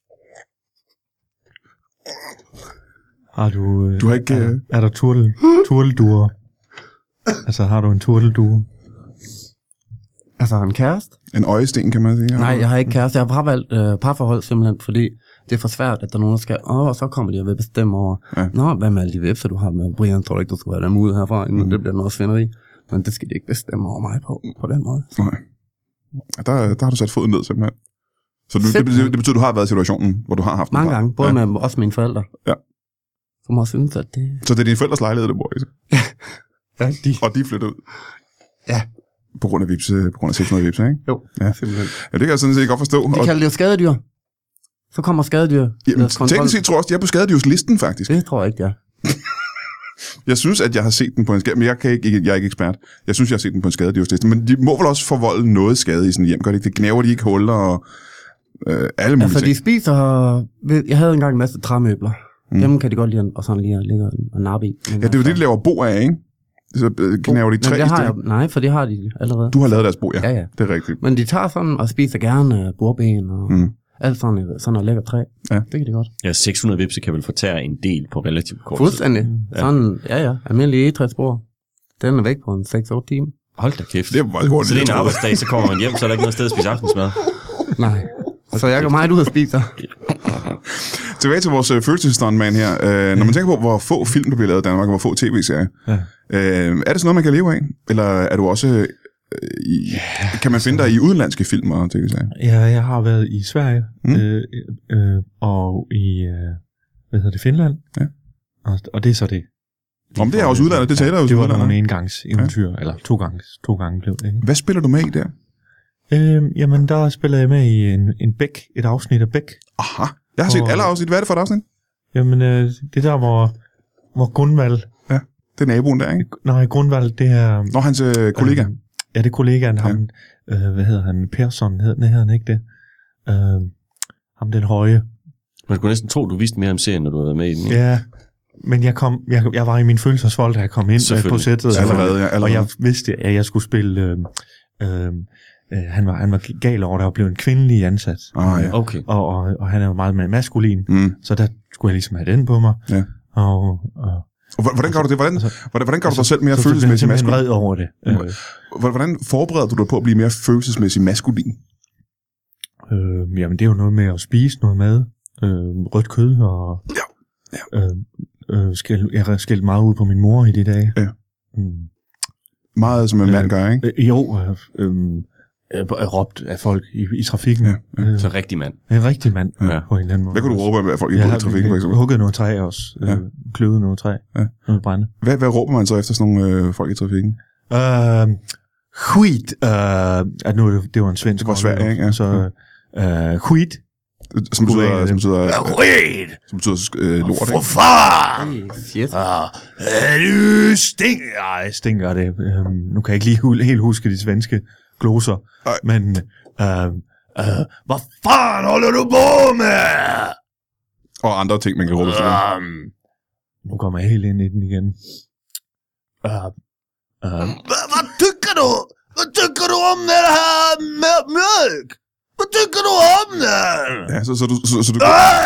Har du... Du har ikke... Er der turtelduer? Altså, har du en turteldue? Altså, en kæreste? En øjesten, kan man sige. Nej, jeg har ikke kæreste. Jeg har bare valgt parforhold simpelthen, fordi det er for svært, at der er nogen, der skal... og så kommer de og vil bestemme over... Ja. Nå, hvad med alle de vipser, du har med? Brian, tror du ikke, du skal have dem ud herfra, inden det bliver noget svineri. Men det skal de ikke bestemme over mig på den måde. Nej. Der har du sat foden ned, simpelthen. Så det betyder, at du har været i situationen, hvor du har haft mange gange, både med også mine forældre. Ja. Som også synes, at det... Så det er dine forældres lejlighed, du bor i? Ja, Og de flytter ud? Ja. På grund af 600 vipse, ikke? Jo, ja. Simpelthen. Ja, det kan jeg sådan set godt forstå. De kalder det jo skadedyr. Så kommer skadedyr. Jamen, teknisk set tror jeg også, de er på skadedyrslisten, faktisk. Det tror jeg ikke, ja. Jeg synes, at jeg har set den på en skade, men jeg er ikke ekspert. Jeg synes, jeg har set den på en skadedyrsliste. Men de må vel også forvolde noget skade i sådan hjem, gør det ikke? Det gnæver de ikke huller og alle mulige ting. De spiser... Jeg havde engang en masse træmøbler. Dem kan de godt lide og sådan lige ligge og nappe i. Men ja, det er jo det, de laver bo af, ikke? Så gnæver de træ i stedet. Nej, for det har de allerede. Du har lavet deres bo, ja. Ja. Det er rigtigt. Men de tager sådan og spiser gerne bordben og alt sådan noget lækker træ. Ja. Det kan de godt. Ja, 600 vipse kan vel fortære en del på relativt kort tid. Fuldstændig. Sådan, almindelig egetræsbord. Den er væk på en 6-8 timer. Hold da kæft. Det er meget hurtigt. Så det er en arbejdsdag, så kommer man hjem, så er der ikke noget sted at spise aftensmad. Nej. Så jeg går meget ud og spiser. Tilbage til vores følelsesstandmand her. Når man tænker på, hvor få film der bliver lavet i Danmark, og hvor få tv-serier, er det sådan noget, man kan leve af? Eller er du også... kan man finde dig i udenlandske film og tv-serier? Ja, jeg har været i Sverige og i Finland. Ja. Og det er så det. Om det er også udlandet, det taler jo. Det var nogle engangseventyr, eller to gange blev det. Ikke? Hvad spiller du med i der? Jamen, der spiller jeg med i en Bæk, et afsnit af Bæk. Aha, jeg har set alle afsnit. Hvad er det for et afsnit? Jamen, det der, hvor Gunvald... Ja, det er naboen der, ikke? Nej, Gunvald, det er... Nå, hans kollega. Ja, det er kollegaen, ham... hvad hedder han? Persson, hedder han ikke det? Ham den høje. Man kunne næsten tro, du vidste mere om serien, når du havde med i den. Ja, men jeg var i min følelsesvold, da jeg kom ind på sættet. Allerede. Og jeg vidste, at jeg skulle spille... han var gal over, der var blevet en kvindelig ansat. Okay. Og han er jo meget mere maskulin, så der skulle jeg ligesom have den på mig. Ja. Og hvordan gør du det? Hvordan gør du dig selv mere følelsesmæssigt maskulin? Så vred over det. Hvordan forbereder du dig på at blive mere følelsesmæssigt maskulin? Jamen, det er jo noget med at spise noget mad. Rødt kød og... jeg har skældt meget ud på min mor i de dage. Ja. Meget som en mand gør, ikke? Jo, råbt af folk i trafikken. Ja. Så rigtig mand. En rigtig mand på en eller anden måde. Hvad kunne du råbe af folk i trafikken, for eksempel? Hugget noget træ også. Kløvet noget træ. Noget brænde. Hvad råber man så efter sådan nogle folk i trafikken? Skit. Det var en svensk. Det var svært, ikke? Ja. Så skit. Som betyder lort, ikke? Far! Du stinker. Jeg stinker det. Nu kan jeg ikke lige helt huske de svenske gloser. Men, hvad fanden holder du på med? Og andre ting, man kan råbe til. Nu kommer jeg helt ind i den igen. Hvad tykker du? Hvad tykker du om det her mælk? Hvad tykker du om det? Ja, så du...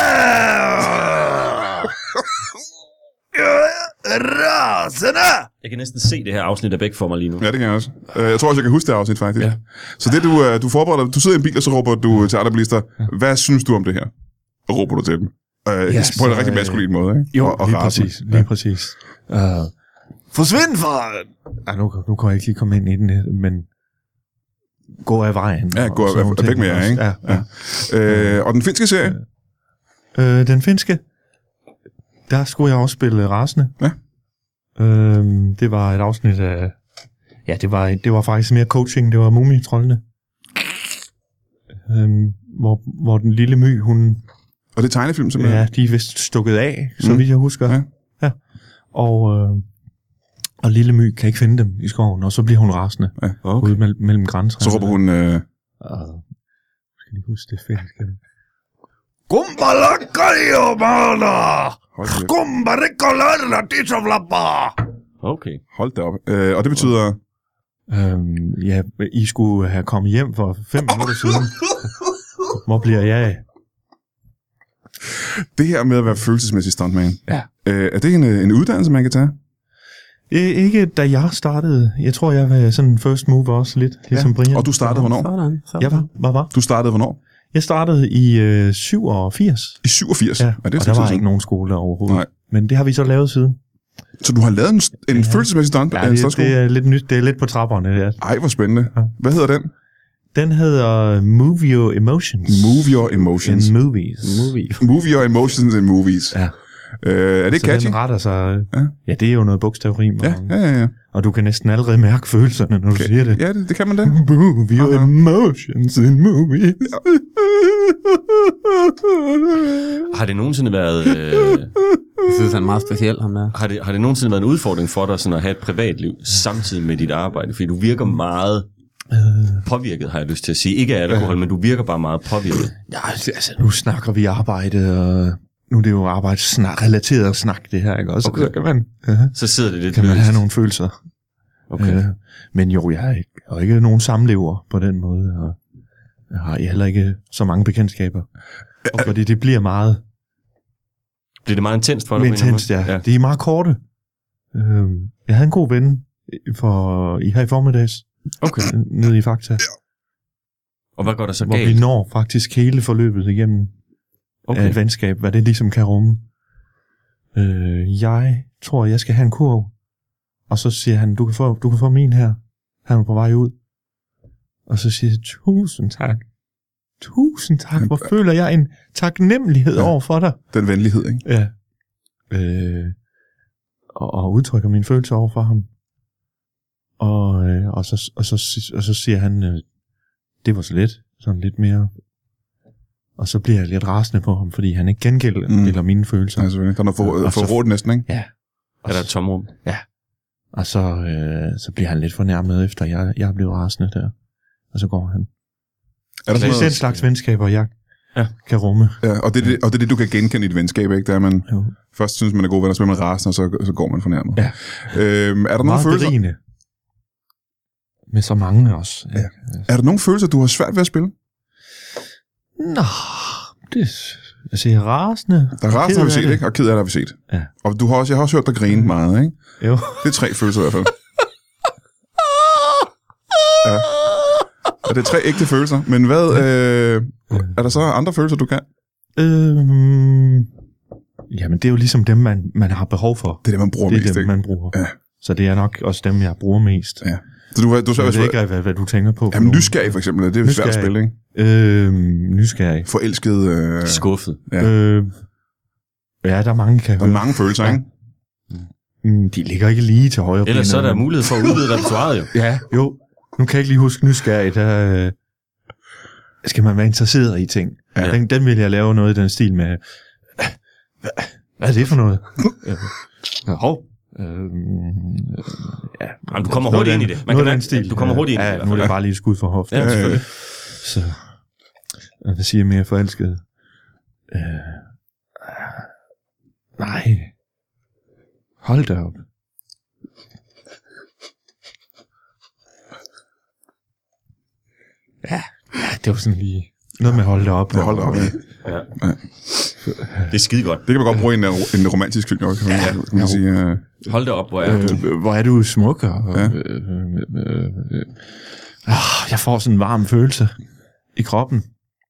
Rasende! Jeg kan næsten se det her afsnit af Bæk for mig lige nu. Ja, det kan jeg også. Jeg tror også, jeg kan huske det afsnit, faktisk. Ja. Så det, du forbereder dig, du sidder i en bil, og så råber du til andre bilister, hvad synes du om det her? Og råber du til dem. På en rigtig maskulin måde, ikke? Jo, og lige præcis. Forsvind fra... Nu kan jeg ikke lige komme ind i den, men gå af vejen. Ja, gå af væk med jer, ikke? Ja. Og den finske serie? Den finske, der skulle jeg også spille rasende. Ja. Det var et afsnit af... Ja, det var faktisk mere coaching. Det var Mumitrollene. Hvor den lille My, hun... Og det er tegnefilm, simpelthen? Ja, de er vist stukket af, så vidt jeg husker. Ja. Og lille My kan ikke finde dem i skoven, og så bliver hun rasende ude mellem grænser. Så råber hun... Skal lige huske det fedt, skal det? Okay. Hold da op. Og det betyder... Ja, I skulle have kommet hjem for 5 minutter siden. Hvor bliver jeg af? Det her med at være følelsesmæssig stuntman, ja. Er det en uddannelse, man kan tage? Ikke da jeg startede. Jeg tror, jeg var sådan first mover også lidt, ligesom Brian. Og du startede hvornår? Hvad var? Du startede hvornår? Jeg startede i 87. I 87? Ja, og der var ikke nogen skole overhovedet. Nej. Men det har vi så lavet siden. Så du har lavet en følelsesmæssig stuntskole? Ja, det er lidt nyt. Det er lidt på trapperne. Ja. Ej, hvor spændende. Hvad hedder den? Den hedder Move Your Emotions. Move Your Emotions. In Movies. Move Your Emotions in Movies. Ja. Er det så catchy? Den retter sig... Ja, det er jo noget bogstavrim. Ja. Og du kan næsten allerede mærke følelserne, når du siger det. Ja, det kan man da. Move your emotions in movies. Har det nogensinde været... Jeg synes, han er meget speciel, ham der. Har det nogensinde været en udfordring for dig sådan at have et privatliv samtidig med dit arbejde? Fordi du virker meget påvirket, har jeg lyst til at sige. Ikke af alkohol, men du virker bare meget påvirket. Ja, altså nu snakker vi arbejde, og nu er det jo arbejdsrelateret snak, det her, ikke også? Okay. Så kan man... Så sidder det lidt kan man have nogle følelser. Okay. Men jo, jeg har ikke nogen samlever på den måde, og jeg har heller ikke så mange bekendtskaber. Fordi det bliver meget... Bliver det meget intenst for dig? Intenst, ja. De er meget korte. Jeg havde en god ven her i formiddags. Okay. Nede i Fakta. Og hvad går der så galt? Hvor vi når faktisk hele forløbet igennem af et venskab, hvad det ligesom kan rumme. Jeg tror, jeg skal have en kurv. Og så siger han, du kan få min her. Han er på vej ud. Og så siger jeg, tusind tak. Tusind tak. Hvor føler jeg en taknemmelighed over for dig. Den venlighed, ikke? Ja. Og udtrykker mine følelser over for ham. Og så siger han, det var så let. Sådan lidt mere. Og så bliver jeg lidt rasende på ham, fordi han ikke gengælder mine følelser. Ja, selvfølgelig. Der er noget forrådt næsten, ikke? Ja. Er der et tomrum? Ja. Og så bliver han lidt fornærmet, efter jeg er blevet rasende der. Og så går han. Er der det er den slags venskaber, jeg kan rumme. Ja, og det er det, du kan genkende i et venskab, ikke? Der man først synes, man er gode venner, så bliver man rasende, og så går man fornærmet. Ja. Er der nogle følelser? Berigende. Med så mange også. Ja. Er der nogle følelser, du har svært ved at spille? Nå, jeg siger rasende. Der er rasende har vi set, ikke? Og ked af det har vi set. Ja. Og jeg har også hørt dig grine meget, ikke? Jo. Det er 3 følelser i hvert fald. Ja. Og det er 3 ægte følelser. Men hvad... er der så andre følelser, du kan? Jamen, det er jo ligesom dem, man har behov for. Det er det, man bruger mest, Det er dem, man bruger. Ja. Så det er nok også dem, jeg bruger mest. Ja. Så du jeg ved ikke, hvad du tænker på. Jamen, nysgerrig for eksempel. Det er svært at spille, ikke? Nysgerrig. Forelsket. Skuffet. Ja. Ja, der er mange, kan jeg høre. Mange følelser, ikke? De ligger ikke lige til højre. Ellers så er der mulighed for at udvide repertoiret, jo. Ja, jo. Nu kan jeg ikke lige huske nysgerrig. skal man være interesseret i ting. Ja. Den vil jeg lave noget i den stil med, hvad er det for noget? Ja, du kommer hurtigt ind i det. Man kan den stil. Du kommer hurtigt ind i det. Nu er det bare lige et skud for hoften. Ja, selvfølgelig. Så, hvad siger jeg mere forelsket? Nej. Hold da op. Ja, det var sådan lige noget med hold da op. Hold da op, ja. Det er skide godt. Det kan man godt bruge i en romantisk film, kan man sige. Hold da op, hvor er du. Hvor er du smuk. Jeg får sådan en varm følelse i kroppen.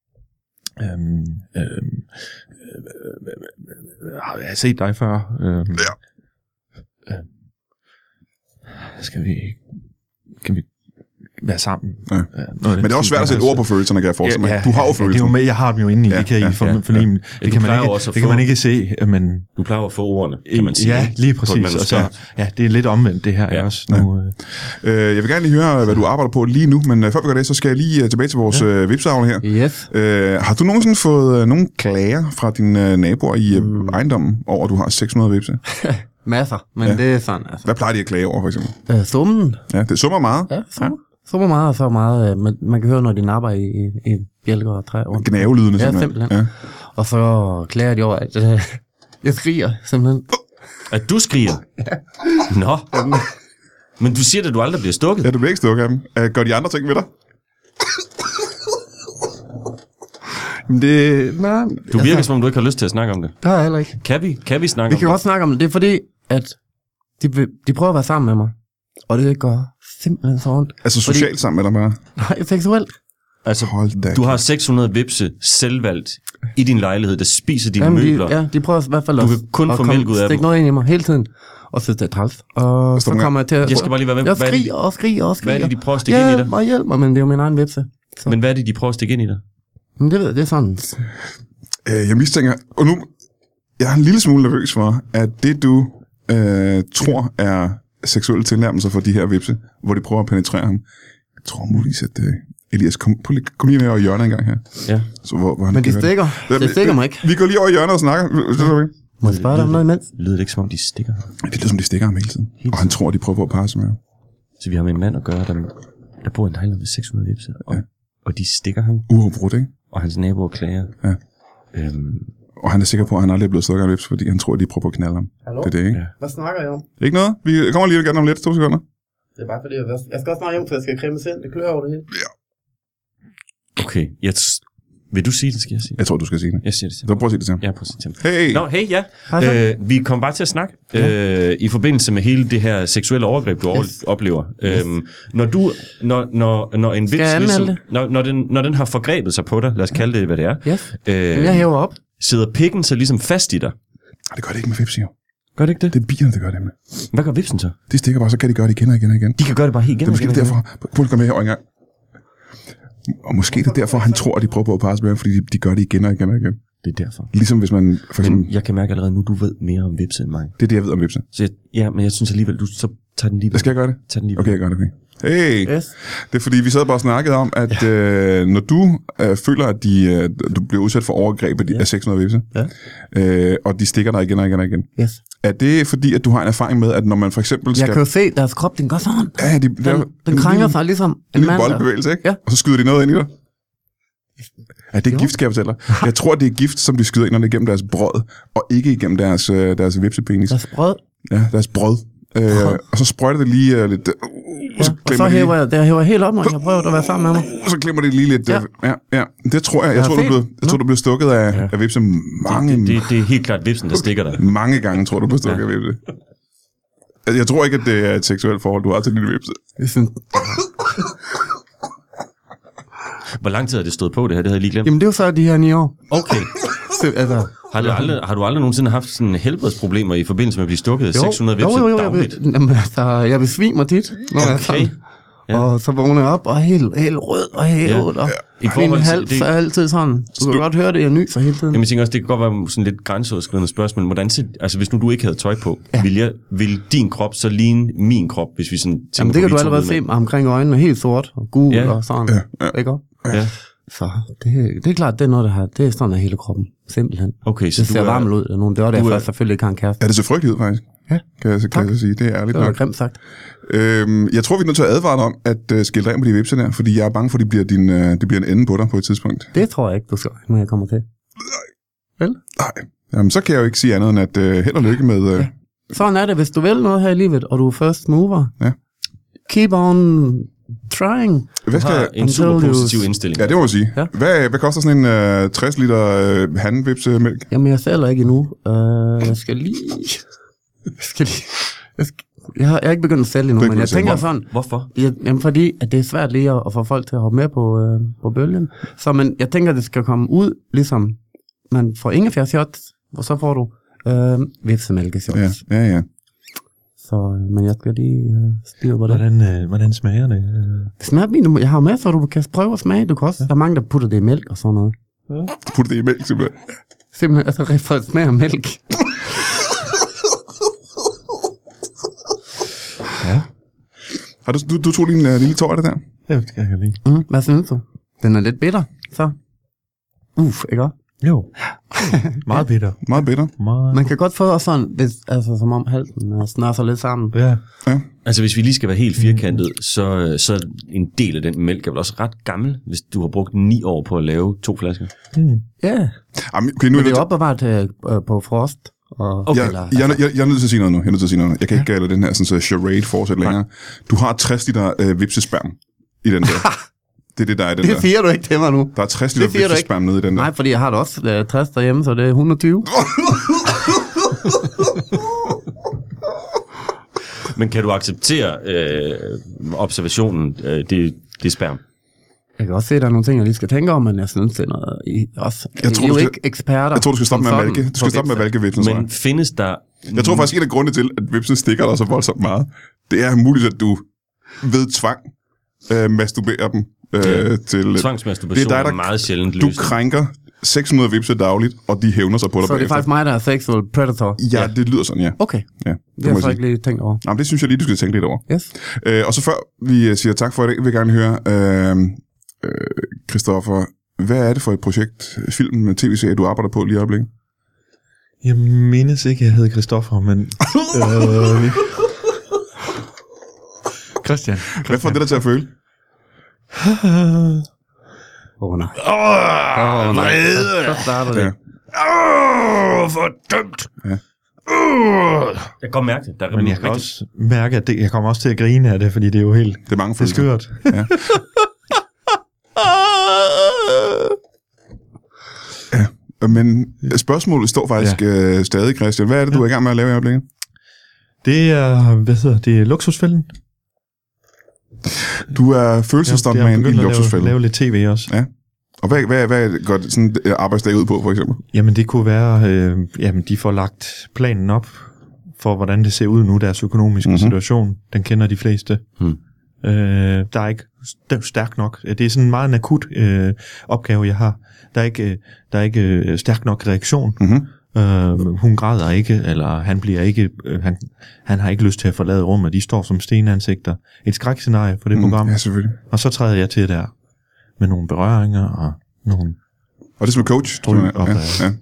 Jeg har set dig før. Kan vi være sammen? Ja. Men det er også svært at sætte ord på følelserne, kan jeg forestille mig. Du har jo følelserne. Jeg har dem jo inde i. Det kan I fornemme. Det kan man ikke se, men du plejer at få ordene, kan man sige. Ja, lige præcis. Og så, det er lidt omvendt det her også nu. Jeg vil gerne lige høre, hvad du arbejder på lige nu, men før vi gør det, så skal jeg lige tilbage til vores Vipse-avle her. Yes. Har du nogensinde fået nogle klager fra dine naboer i ejendommen over, at du har 600 vipse? Masser, men det er sådan. Altså. Hvad plejer de at klage over, for eksempel? Summen. Ja, det summer meget. Ja, summer meget, og så meget. Man kan høre, når de napper i bjælker og træ. Gnavelydene, simpelthen. Ja. Og så klager de over, at jeg skriger, simpelthen. At du skriger? Nå. Men du siger, at du aldrig bliver stukket. Ja, du bliver ikke stukket af dem. Gør de andre ting ved dig? Du virker, som om du ikke har lyst til at snakke om det. Det har jeg heller ikke. Kan vi snakke om det? Vi kan godt snakke om det. Det er fordi, at de prøver at være sammen med mig. Og det går simpelthen så ondt. Altså socialt sammen med dig bare? Nej, seksuelt. Altså, du har 600 vipse selvvalgt i din lejlighed, der spiser dine møbler. De prøver i hvert fald du vil kun få mælk ud af dem. Stikke noget ind i mig hele tiden. Og så det er træls. Og så kommer jeg til at... Jeg skal bare lige være med. Jeg skriger. Hvad er det, de prøver at stikke ind i dig? Ja, hjælp mig, men det er jo min egen vipse. Så. Men hvad er det, de prøver at stikke ind i dig? Men det er sådan. Jeg mistænker... Og nu... Jeg er en lille smule nervøs for, at det du tror er seksuelle tilnærmelser for de her vipse, hvor de prøver at penetrere ham. Jeg tror muligvis, at Elias, kom lige med over i hjørnet en gang her. Ja. Så hvor han men de stikker. Det stikker mig ikke. Vi går lige over i hjørnet og snakker. Må jeg spørge dig om noget imens? Lyder det ikke, som om de stikker? Det lyder, som de stikker ham hele tiden. Og han tror, de prøver på at parre sig med ham. Så vi har med en mand at gøre, der bor en lejlighed med 600 vipse. Og de stikker ham. Uafbrudt, ikke? Og hans naboer klager. Ja. Og han er sikker på, at han aldrig er blevet stukket af vips, fordi han tror, at de prøver på at knalde ham. Hallo? Det er det, ikke? Ja. Hvad snakker jeg om? Ikke noget. Vi kommer lige igen om lidt. 2 sekunder. Det er bare fordi, jeg skal også snart hjem, for jeg skal creme sind. Det klør over det hele. Ja. Okay, vil du sige det, skal jeg sige? Jeg tror, du skal sige det. Jeg siger det til ham. Prøv at sige det til ham. Ja, prøv at sige det til ham. Hey! Nå, hey, ja. Vi kom bare til at snakke i forbindelse med hele det her seksuelle overgreb, du oplever. Når en vips ligesom, når den har forgrebet sig på dig, lad os kalde det, hvad det er. Yes. Jeg hæver op. Sidder pikken så ligesom fast i dig? Det gør det ikke med vips, jo. Gør det ikke det? Det er bierne, der gør det med. Hvad gør vipsen så? De stikker bare, så kan de gøre det igen og igen og igen. De kan gøre det bare helt igen og igen. Det er måske derfor. Prøv at komme med her en gang. Og måske det er derfor, han tror, at de prøver på at passe med ham, fordi de gør det igen og igen og igen. Det er derfor. Ligesom hvis man... For eksempel, men jeg kan mærke allerede nu, du ved mere om vipse end mig. Det er det, jeg ved om vipse. Så men jeg synes alligevel, du så tager den lige... Skal jeg gøre det? Tag den lige. Okay, jeg gør det. Okay. Hey! Yes. Det er fordi, vi sad bare og snakkede om, at når du føler, at du bliver udsat for overgreb af 600 vipse, og de stikker dig igen og igen og igen. Yes. Er det fordi, at du har en erfaring med, at når man for eksempel skal... Jeg kan jo se, deres krop, den går sådan. Ja, den krænger sig ligesom en lille boldbevægelse, ikke? Ja. Og så skyder de noget ind i dig. Ja, det er gift, skal jeg fortælle dig. Jeg tror, det er gift, som de skyder ind igennem deres brød, og ikke igennem deres vipsepenis. Deres brød? Ja, deres brød. Og så sprøjter det lige lidt... og så hæver jeg helt op, når jeg prøver at være sammen med mig. Og så klemmer det lige lidt... Ja. Det tror jeg. Jeg tror, du blev stukket af vipse mange... Det er helt klart vipsen, der stikker dig. Mange gange tror du blev stukket af vipse. Jeg tror ikke, at det er et seksuelt forhold, du har til din vipse. Hvor lang tid har det stået på, det her? Det havde jeg lige glemt. Jamen, det er jo så de her 9 år. Okay. Har du aldrig nogensinde haft sådan helbredsproblemer i forbindelse med at blive stukket af 600 vipse dagligt? Jeg besvimer tit, når jeg er sådan. Ja. Og så vågner jeg op og er helt rød og hævet, og min hals er altid sådan. Du kan godt høre det, jeg nyser hele tiden. Jeg tænker også, det kan godt være sådan lidt grænseoverskridende spørgsmål. Hvordan hvis nu du ikke havde tøj på, vil din krop så ligne min krop, hvis vi sådan tænker. Jamen det kan du allerede se omkring øjnene, helt sort og gul og sådan. Ja. Ikke? Ja. Så det er klart, det er noget, der har, det er sådan af hele kroppen, simpelthen. Okay, så det ser varmt ud af nogen. Det var derfor, jeg selvfølgelig ikke har en kæreste. Er det så frygteligt, faktisk? Ja. Kan jeg så sige. Det er ærligt nok. Det var grimt sagt. Jeg tror, vi er nødt til at advare dig om, at skille af med de vipser der, fordi jeg er bange for, at det bliver en ende på dig på et tidspunkt. Det tror jeg ikke, du skal, når jeg kommer til. Vel? Nej. Jamen, så kan jeg jo ikke sige andet end, at held og lykke med... Ja. Sådan er det, hvis du vil noget her i livet, og du er first mover. Ja. Keep on trying. Hvad skal en super positiv indstilling. Ja, det må jeg sige. Ja. Hvad koster sådan en 60 liter handvipsemælk? Jamen, jeg sælger ikke endnu. Jeg skal lige... Jeg har ikke begyndt at sælge endnu, men jeg tænker sådan... Hvorfor? Jamen, fordi at det er svært lige at få folk til at hoppe med på bølgen. Så men jeg tænker, at det skal komme ud, ligesom man får ingefærshots, og så får du vipsemælkeshots. Ja. Så, men jeg skal lige styre på det. Hvordan smager det? Det smager fint. Jeg har jo med, så du kan prøve at smage. Du kan også, der er mange, der putter det i mælk og sådan noget. Ja. Putter det i mælk, simpelthen? Simpelthen, altså for at smage mælk. Ja. Har du tog lige en lille tår af det der? Ja, det skal jeg lige. Hvad synes du? Den er lidt bitter, så. Ikke også? Jo. Meget bitter. Meget bitter. Man kan godt få sådan, altså som om halsen snart sig lidt sammen. Ja. Altså hvis vi lige skal være helt firkantet, så en del af den mælk er vel også ret gammel, hvis du har brugt 9 år på at lave 2 flasker. Ja. Jamen, okay, nu det er opbevaret på frost. Okay. Jeg er nødt til at sige noget nu. Jeg kan ikke lade den her sådan, charade fortsætte længere. Du har 60 liter vipsesperm i den der. Det er det, der er den der. Det siger du ikke til mig nu. Der er 60 liter vipsespam nede i den der. Nej, fordi jeg har da også 60 derhjemme, så det er 120. Men kan du acceptere observationen, det sperm? Jeg kan også se, at der er nogle ting, jeg lige skal tænke om, men jeg synes, det er noget... Jeg er jo ikke eksperter. Jeg tror, du skal stoppe med at valge. Du skal stoppe med at valge vipsen. Men findes der... Jeg tror faktisk, en af grundene til, at vipsen stikker dig så voldsomt meget, det er muligt, at du ved tvang masturberer dem til... Tvangsmasturbation er meget sjældent løsning. Du krænker 600 vipser dagligt, og de hævner sig på dig så bagefter. Så det er faktisk mig, der er sexual predator? Ja, det lyder sådan, ja. Okay. Ja, det har jeg så ikke lige tænkt over. Nej, det synes jeg lige, du skal tænke lidt over. Yes. Og så før vi siger tak for i dag, vil jeg gerne høre, Christoffer, hvad er det for et projekt, film med tv-serie, du arbejder på lige i øjeblikket? Jeg mindes ikke, jeg hed Christoffer, men... Christian. Hvad får det der til at føle? Nej. Vrede! Så starter det. Fordømt! Ja. Jeg kan godt mærke det. Men jeg kan også mærke, at jeg kommer også til at grine af det, fordi det er jo helt... Det er mange følelser. Det er skørt. Ja. Men spørgsmålet står faktisk stadig, Christian. Hvad er det, du er i gang med at lave i øjeblikket? Det er, det er Luksusfælden. Du er følelsesstuntman i Luksusfælden. Lave lidt tv også. Ja. Og hvad går sådan en arbejdsdag ud på, for eksempel? Jamen, det kunne være, de får lagt planen op for, hvordan det ser ud nu, deres økonomiske situation. Den kender de fleste. Der er ikke stærk nok. Det er sådan en meget akut opgave, jeg har. Der er ikke stærk nok reaktion. Hun græder ikke, eller han bliver ikke, han har ikke lyst til at forlade rummet. De står som stenansigter. Et skrækscenarie for det program. Ja, selvfølgelig. Og så træder jeg til der med nogle berøringer og nogle... Og det som coach? Ja.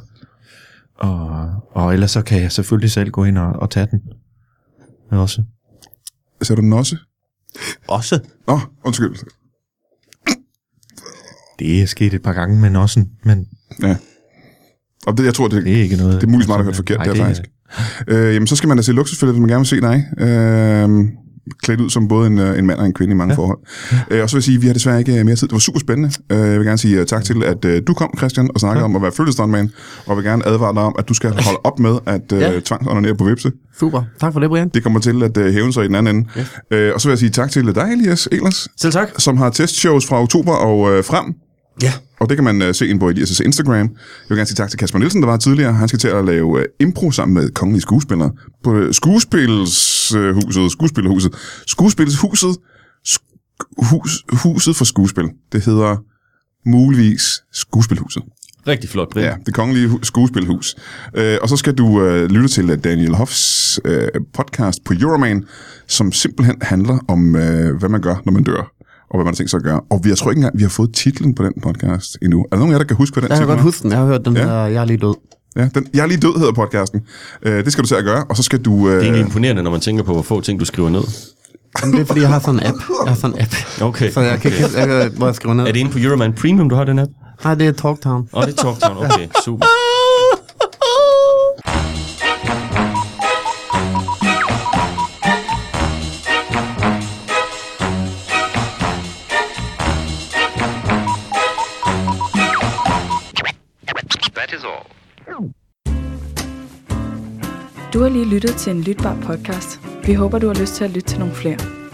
Og ellers så kan jeg selvfølgelig selv gå ind og tage den. Også. Så du den også? Også? Undskyld. Det er sket et par gange, men også men... Ja. Og det, jeg tror, det er ikke noget... Det er muligt smart at høre forkert, det er faktisk. Jamen, så skal man da se Luksusfælden, hvis man gerne vil se dig. Klædt ud som både en mand og en kvinde i mange forhold. Og så vil jeg sige, at vi har desværre ikke mere tid. Det var super spændende. Jeg vil gerne sige tak til, at du kom, Christian, og snakkede om at være følelsesstuntman, og vil gerne advare dig om, at du skal holde op med at tvangsonanere på vipse. Super. Tak for det, Brian. Det kommer til at hæve sig i den anden ende. Og så vil jeg sige tak til dig, Elias Ehlers. Selv tak. Som har testshows fra oktober og frem. Ja. Og det kan man se ind på Elias' Instagram. Jeg vil gerne sige tak til Kasper Nielsen, der var tidligere. Han skal til at lave impro sammen med kongelige skuespillere på Huset for Skuespil. Det hedder muligvis Skuespilhuset. Rigtig flot, Brian. Ja, det kongelige skuespilhus. Og så skal du lytte til Daniel Hoffs podcast på Euroman, som simpelthen handler om, hvad man gør, når man dør. og hvad man har tænkt sig at gøre. Og jeg tror ikke engang, vi har fået titlen på den podcast endnu. Er der nogen af jer, der kan huske, hvad den titel? Jeg kan godt huske den. Jeg har hørt den der, Jeg er lige død. Ja, Jeg er lige død hedder podcasten. Det skal du til at gøre, og så skal du... Det er egentlig imponerende, når man tænker på, hvor få ting, du skriver ned. Jamen, det er, fordi jeg har sådan en app. Okay. Så jeg kan hvor jeg skriver ned. Er det inde på Euroman Premium, du har den app? Nej, det er Talktown. Det er Talktown. Okay, super. Du har lige lyttet til en lytbar podcast. Vi håber, du har lyst til at lytte til nogle flere.